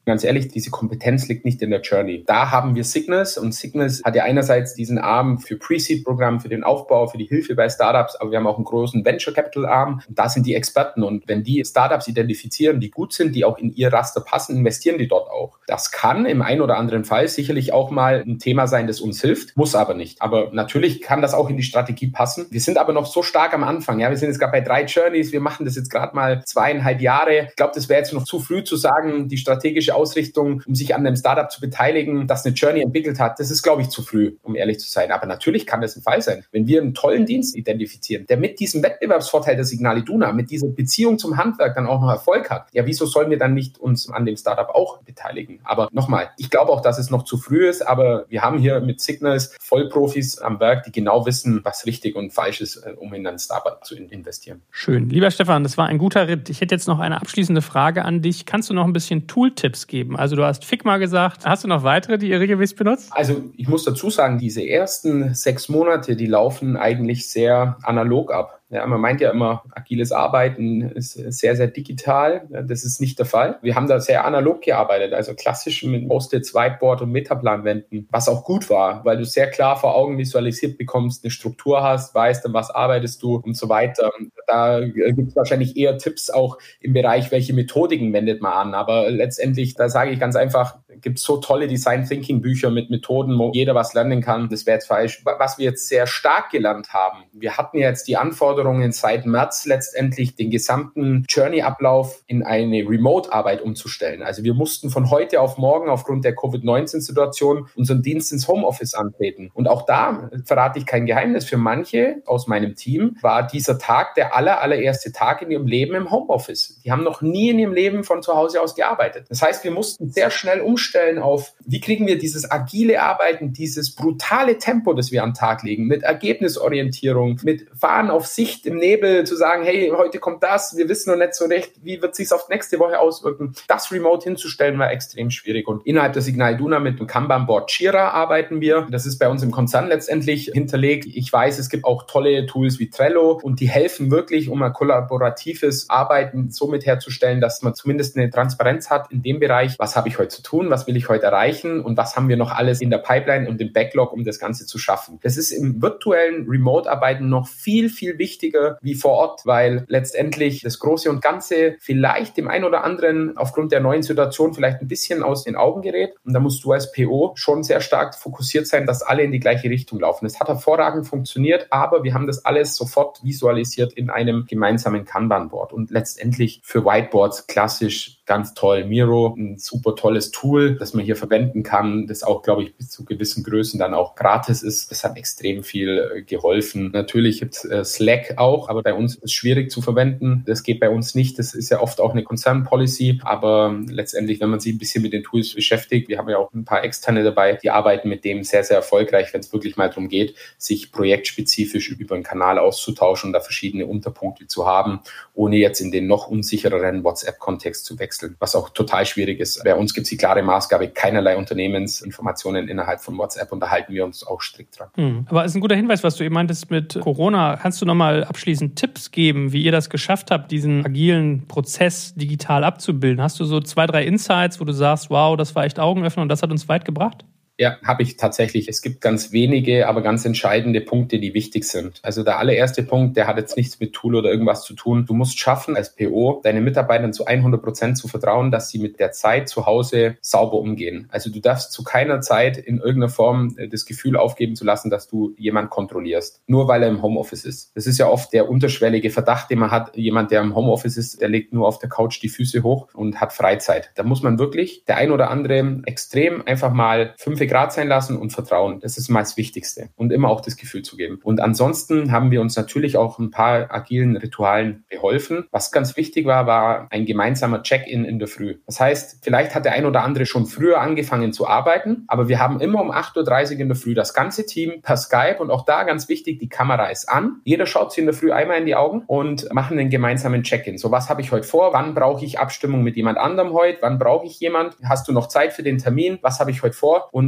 B: Ganz ehrlich, diese Kompetenz liegt nicht in der Journey. Da haben wir Signals und Signals hat ja einerseits diesen Arm für Pre-Seed-Programm, für den Aufbau, für die Hilfe bei Startups, aber wir haben auch einen großen Venture-Capital-Arm und da sind die Experten und wenn die Startups identifizieren, die gut sind, die auch in ihr Raster passen, investieren die dort auch. Das kann im einen oder anderen Fall sicherlich auch mal ein Thema sein, das uns hilft, muss aber nicht. Aber natürlich kann das auch in die Strategie passen. Wir sind aber noch so stark am Anfang. Ja, wir sind jetzt gerade bei drei Journeys, wir machen das jetzt gerade mal zweieinhalb Jahre. Ich glaube, das wäre jetzt noch zu früh zu sagen, die strategische Ausrichtung, um sich an einem Startup zu beteiligen, das eine Journey entwickelt hat, das ist, glaube ich, zu früh, um ehrlich zu sein. Aber natürlich kann das ein Fall sein. Wenn wir einen tollen Dienst identifizieren, der mit diesem Wettbewerbsvorteil der Signal Iduna, mit dieser Beziehung zum Handwerk dann auch noch Erfolg hat, ja, wieso sollen wir dann nicht uns an dem Startup auch beteiligen? Aber nochmal, ich glaube auch, dass es noch zu früh ist, aber wir haben hier mit Signals Vollprofis am Werk, die genau wissen, was richtig und falsch ist, um in ein Startup zu investieren.
A: Schön. Lieber Stefan, das war ein guter Ritt. Ich hätte jetzt noch eine abschließende Frage an dich. Kannst du noch ein bisschen Tooltips geben? Also du hast Figma gesagt. Hast du noch weitere, die ihr regelmäßig benutzt?
B: Also ich muss dazu sagen, diese ersten sechs Monate, die laufen eigentlich sehr analog ab. Ja, man meint ja immer, agiles Arbeiten ist sehr, sehr digital. Das ist nicht der Fall. Wir haben da sehr analog gearbeitet, also klassisch mit Post-its, Whiteboard und Metaplanwänden, was auch gut war, weil du sehr klar vor Augen visualisiert bekommst, eine Struktur hast, weißt, an was arbeitest du und so weiter. Da gibt es wahrscheinlich eher Tipps auch im Bereich, welche Methodiken wendet man an. Aber letztendlich, da sage ich ganz einfach, gibt es so tolle Design-Thinking-Bücher mit Methoden, wo jeder was lernen kann. Das wäre jetzt falsch. Was wir jetzt sehr stark gelernt haben, wir hatten jetzt die Anforderungen, seit März letztendlich den gesamten Journey-Ablauf in eine Remote-Arbeit umzustellen. Also wir mussten von heute auf morgen aufgrund der Covid neunzehn Situation unseren Dienst ins Homeoffice antreten. Und auch da verrate ich kein Geheimnis. Für manche aus meinem Team war dieser Tag der aller, allererste Tag in ihrem Leben im Homeoffice. Die haben noch nie in ihrem Leben von zu Hause aus gearbeitet. Das heißt, wir mussten sehr schnell umstellen auf, wie kriegen wir dieses agile Arbeiten, dieses brutale Tempo, das wir an den Tag legen, mit Ergebnisorientierung, mit Fahren auf Sicht im Nebel, zu sagen, hey, heute kommt das, wir wissen noch nicht so recht, wie wird es sich auf nächste Woche auswirken. Das Remote hinzustellen war extrem schwierig. Und innerhalb der Signal Iduna mit dem Kanban-Board Jira arbeiten wir. Das ist bei uns im Konzern letztendlich hinterlegt. Ich weiß, es gibt auch tolle Tools wie Trello und die helfen wirklich, um ein kollaboratives Arbeiten somit herzustellen, dass man zumindest eine Transparenz hat in dem Bereich, was habe ich heute zu tun, was will ich heute erreichen und was haben wir noch alles in der Pipeline und im Backlog, um das Ganze zu schaffen. Das ist im virtuellen Remote-Arbeiten noch viel, viel wichtiger wie vor Ort, weil letztendlich das Große und Ganze vielleicht dem einen oder anderen aufgrund der neuen Situation vielleicht ein bisschen aus den Augen gerät. Und da musst du als P O schon sehr stark fokussiert sein, dass alle in die gleiche Richtung laufen. Es hat hervorragend funktioniert, aber wir haben das alles sofort visualisiert in einem gemeinsamen Kanban-Board. Und letztendlich für Whiteboards klassisch ganz toll. Miro, ein super tolles Tool, das man hier verwenden kann, das auch, glaube ich, bis zu gewissen Größen dann auch gratis ist. Das hat extrem viel geholfen. Natürlich gibt es Slack auch, aber bei uns ist es schwierig zu verwenden. Das geht bei uns nicht. Das ist ja oft auch eine Konzernpolicy, aber letztendlich, wenn man sich ein bisschen mit den Tools beschäftigt, wir haben ja auch ein paar Externe dabei, die arbeiten mit dem sehr, sehr erfolgreich, wenn es wirklich mal darum geht, sich projektspezifisch über einen Kanal auszutauschen und da verschiedene Unterpunkte zu haben, ohne jetzt in den noch unsichereren WhatsApp-Kontext zu wechseln, was auch total schwierig ist. Bei uns gibt es die klare Maßgabe, keinerlei Unternehmensinformationen innerhalb von WhatsApp und da halten wir uns auch strikt dran.
A: Hm. Aber es ist ein guter Hinweis, was du eben meintest mit Corona. Kannst du nochmal abschließend Tipps geben, wie ihr das geschafft habt, diesen agilen Prozess digital abzubilden? Hast du so zwei, drei Insights, wo du sagst, wow, das war echt Augenöffner und das hat uns weit gebracht?
B: Ja, habe ich tatsächlich. Es gibt ganz wenige, aber ganz entscheidende Punkte, die wichtig sind. Also der allererste Punkt, der hat jetzt nichts mit Tool oder irgendwas zu tun. Du musst schaffen, als P O deinen Mitarbeitern zu hundert Prozent zu vertrauen, dass sie mit der Zeit zu Hause sauber umgehen. Also du darfst zu keiner Zeit in irgendeiner Form das Gefühl aufgeben zu lassen, dass du jemanden kontrollierst, nur weil er im Homeoffice ist. Das ist ja oft der unterschwellige Verdacht, den man hat. Jemand, der im Homeoffice ist, der legt nur auf der Couch die Füße hoch und hat Freizeit. Da muss man wirklich der ein oder andere extrem einfach mal fünf Grad sein lassen und vertrauen. Das ist mal das Wichtigste. Und immer auch das Gefühl zu geben. Und ansonsten haben wir uns natürlich auch ein paar agilen Ritualen beholfen. Was ganz wichtig war, war ein gemeinsamer Check-in in der Früh. Das heißt, vielleicht hat der ein oder andere schon früher angefangen zu arbeiten, aber wir haben immer um acht Uhr dreißig in der Früh das ganze Team per Skype und auch da ganz wichtig, die Kamera ist an. Jeder schaut sich in der Früh einmal in die Augen und machen einen gemeinsamen Check-in. So, was habe ich heute vor? Wann brauche ich Abstimmung mit jemand anderem heute? Wann brauche ich jemand? Hast du noch Zeit für den Termin? Was habe ich heute vor? Und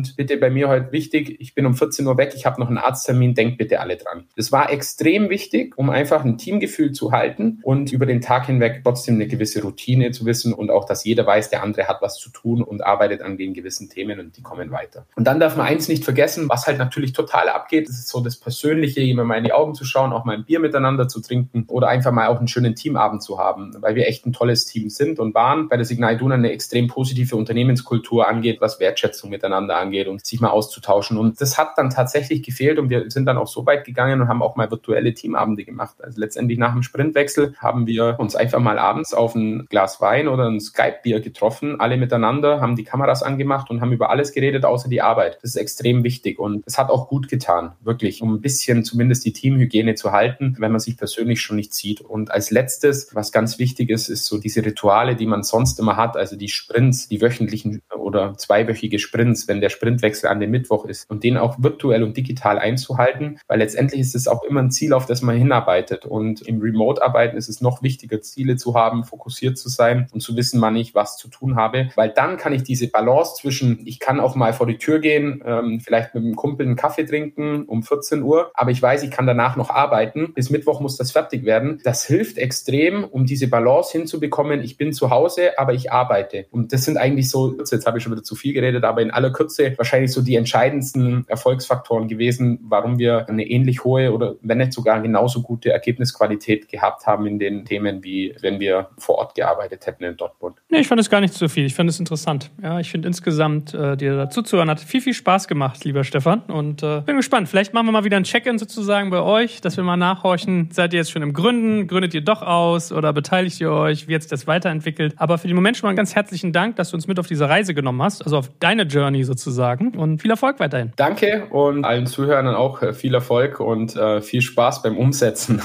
B: und bitte bei mir heute wichtig, ich bin um vierzehn Uhr weg, ich habe noch einen Arzttermin, denkt bitte alle dran. Das war extrem wichtig, um einfach ein Teamgefühl zu halten und über den Tag hinweg trotzdem eine gewisse Routine zu wissen und auch, dass jeder weiß, der andere hat was zu tun und arbeitet an den gewissen Themen und die kommen weiter. Und dann darf man eins nicht vergessen, was halt natürlich total abgeht, das ist so das Persönliche, jemand mal in die Augen zu schauen, auch mal ein Bier miteinander zu trinken oder einfach mal auch einen schönen Teamabend zu haben, weil wir echt ein tolles Team sind und waren. Bei der Signal Iduna eine extrem positive Unternehmenskultur angeht, was Wertschätzung miteinander angeht und sich mal auszutauschen. Und das hat dann tatsächlich gefehlt und wir sind dann auch so weit gegangen und haben auch mal virtuelle Teamabende gemacht. Also letztendlich nach dem Sprintwechsel haben wir uns einfach mal abends auf ein Glas Wein oder ein Skype-Bier getroffen, alle miteinander, haben die Kameras angemacht und haben über alles geredet, außer die Arbeit. Das ist extrem wichtig und es hat auch gut getan, wirklich, um ein bisschen zumindest die Teamhygiene zu halten, wenn man sich persönlich schon nicht sieht. Und als letztes, was ganz wichtig ist, ist so diese Rituale, die man sonst immer hat, also die Sprints, die wöchentlichen oder zweiwöchige Sprints, wenn der Sprintwechsel an dem Mittwoch ist und den auch virtuell und digital einzuhalten, weil letztendlich ist es auch immer ein Ziel, auf das man hinarbeitet. Und im Remote-Arbeiten ist es noch wichtiger, Ziele zu haben, fokussiert zu sein und zu wissen, wann ich was zu tun habe, weil dann kann ich diese Balance zwischen, ich kann auch mal vor die Tür gehen, ähm, vielleicht mit einem Kumpel einen Kaffee trinken um vierzehn Uhr, aber ich weiß, ich kann danach noch arbeiten. Bis Mittwoch muss das fertig werden. Das hilft extrem, um diese Balance hinzubekommen. Ich bin zu Hause, aber ich arbeite. Und das sind eigentlich so, jetzt habe ich schon wieder zu viel geredet, aber in aller Kürze wahrscheinlich so die entscheidendsten Erfolgsfaktoren gewesen, warum wir eine ähnlich hohe oder wenn nicht sogar genauso gute Ergebnisqualität gehabt haben in den Themen, wie wenn wir vor Ort gearbeitet hätten in Dortmund.
A: Nee, ich fand es gar nicht so viel. Ich fand es interessant. Ja, ich finde insgesamt, äh, dir dazu zu hören, hat viel, viel Spaß gemacht, lieber Stefan. Und äh, bin gespannt. Vielleicht machen wir mal wieder ein Check-in sozusagen bei euch, dass wir mal nachhorchen. Seid ihr jetzt schon im Gründen? Gründet ihr doch aus? Oder beteiligt ihr euch? Wie hat sich das weiterentwickelt? Aber für den Moment schon mal einen ganz herzlichen Dank, dass du uns mit auf diese Reise genommen hast. Also auf deine Journey sozusagen. Und viel Erfolg weiterhin.
B: Danke und allen Zuhörern auch viel Erfolg und äh, viel Spaß beim Umsetzen.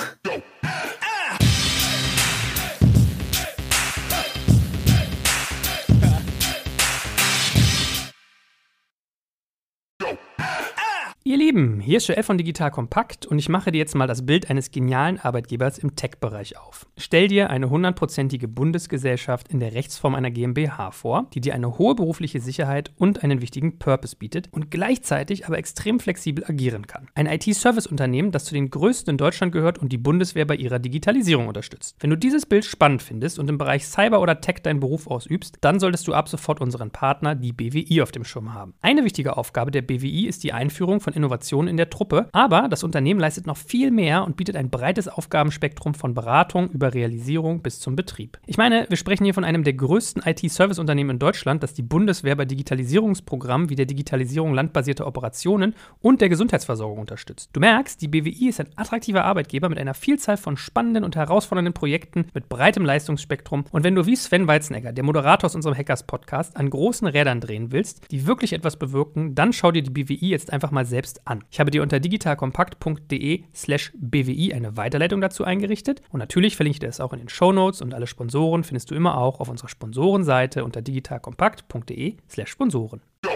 D: Ihr Lieben, hier ist Joel von Digital Kompakt und ich mache dir jetzt mal das Bild eines genialen Arbeitgebers im Tech-Bereich auf. Stell dir eine hundertprozentige Bundesgesellschaft in der Rechtsform einer GmbH vor, die dir eine hohe berufliche Sicherheit und einen wichtigen Purpose bietet und gleichzeitig aber extrem flexibel agieren kann. Ein I T-Service-Unternehmen, das zu den größten in Deutschland gehört und die Bundeswehr bei ihrer Digitalisierung unterstützt. Wenn du dieses Bild spannend findest und im Bereich Cyber oder Tech deinen Beruf ausübst, dann solltest du ab sofort unseren Partner, die B W I, auf dem Schirm haben. Eine wichtige Aufgabe der B W I ist die Einführung von Innovationen in der Truppe, aber das Unternehmen leistet noch viel mehr und bietet ein breites Aufgabenspektrum von Beratung über Realisierung bis zum Betrieb. Ich meine, wir sprechen hier von einem der größten I T-Service-Unternehmen in Deutschland, das die Bundeswehr bei Digitalisierungsprogrammen wie der Digitalisierung landbasierter Operationen und der Gesundheitsversorgung unterstützt. Du merkst, die B W I ist ein attraktiver Arbeitgeber mit einer Vielzahl von spannenden und herausfordernden Projekten mit breitem Leistungsspektrum und wenn du wie Sven Weizenegger, der Moderator aus unserem Hackers-Podcast, an großen Rädern drehen willst, die wirklich etwas bewirken, dann schau dir die B W I jetzt einfach mal selbst an. Ich habe dir unter digitalkompakt.de slash BWI eine Weiterleitung dazu eingerichtet und natürlich verlinke ich dir das auch in den Shownotes und alle Sponsoren findest du immer auch auf unserer Sponsorenseite unter digitalkompakt.de slash Sponsoren.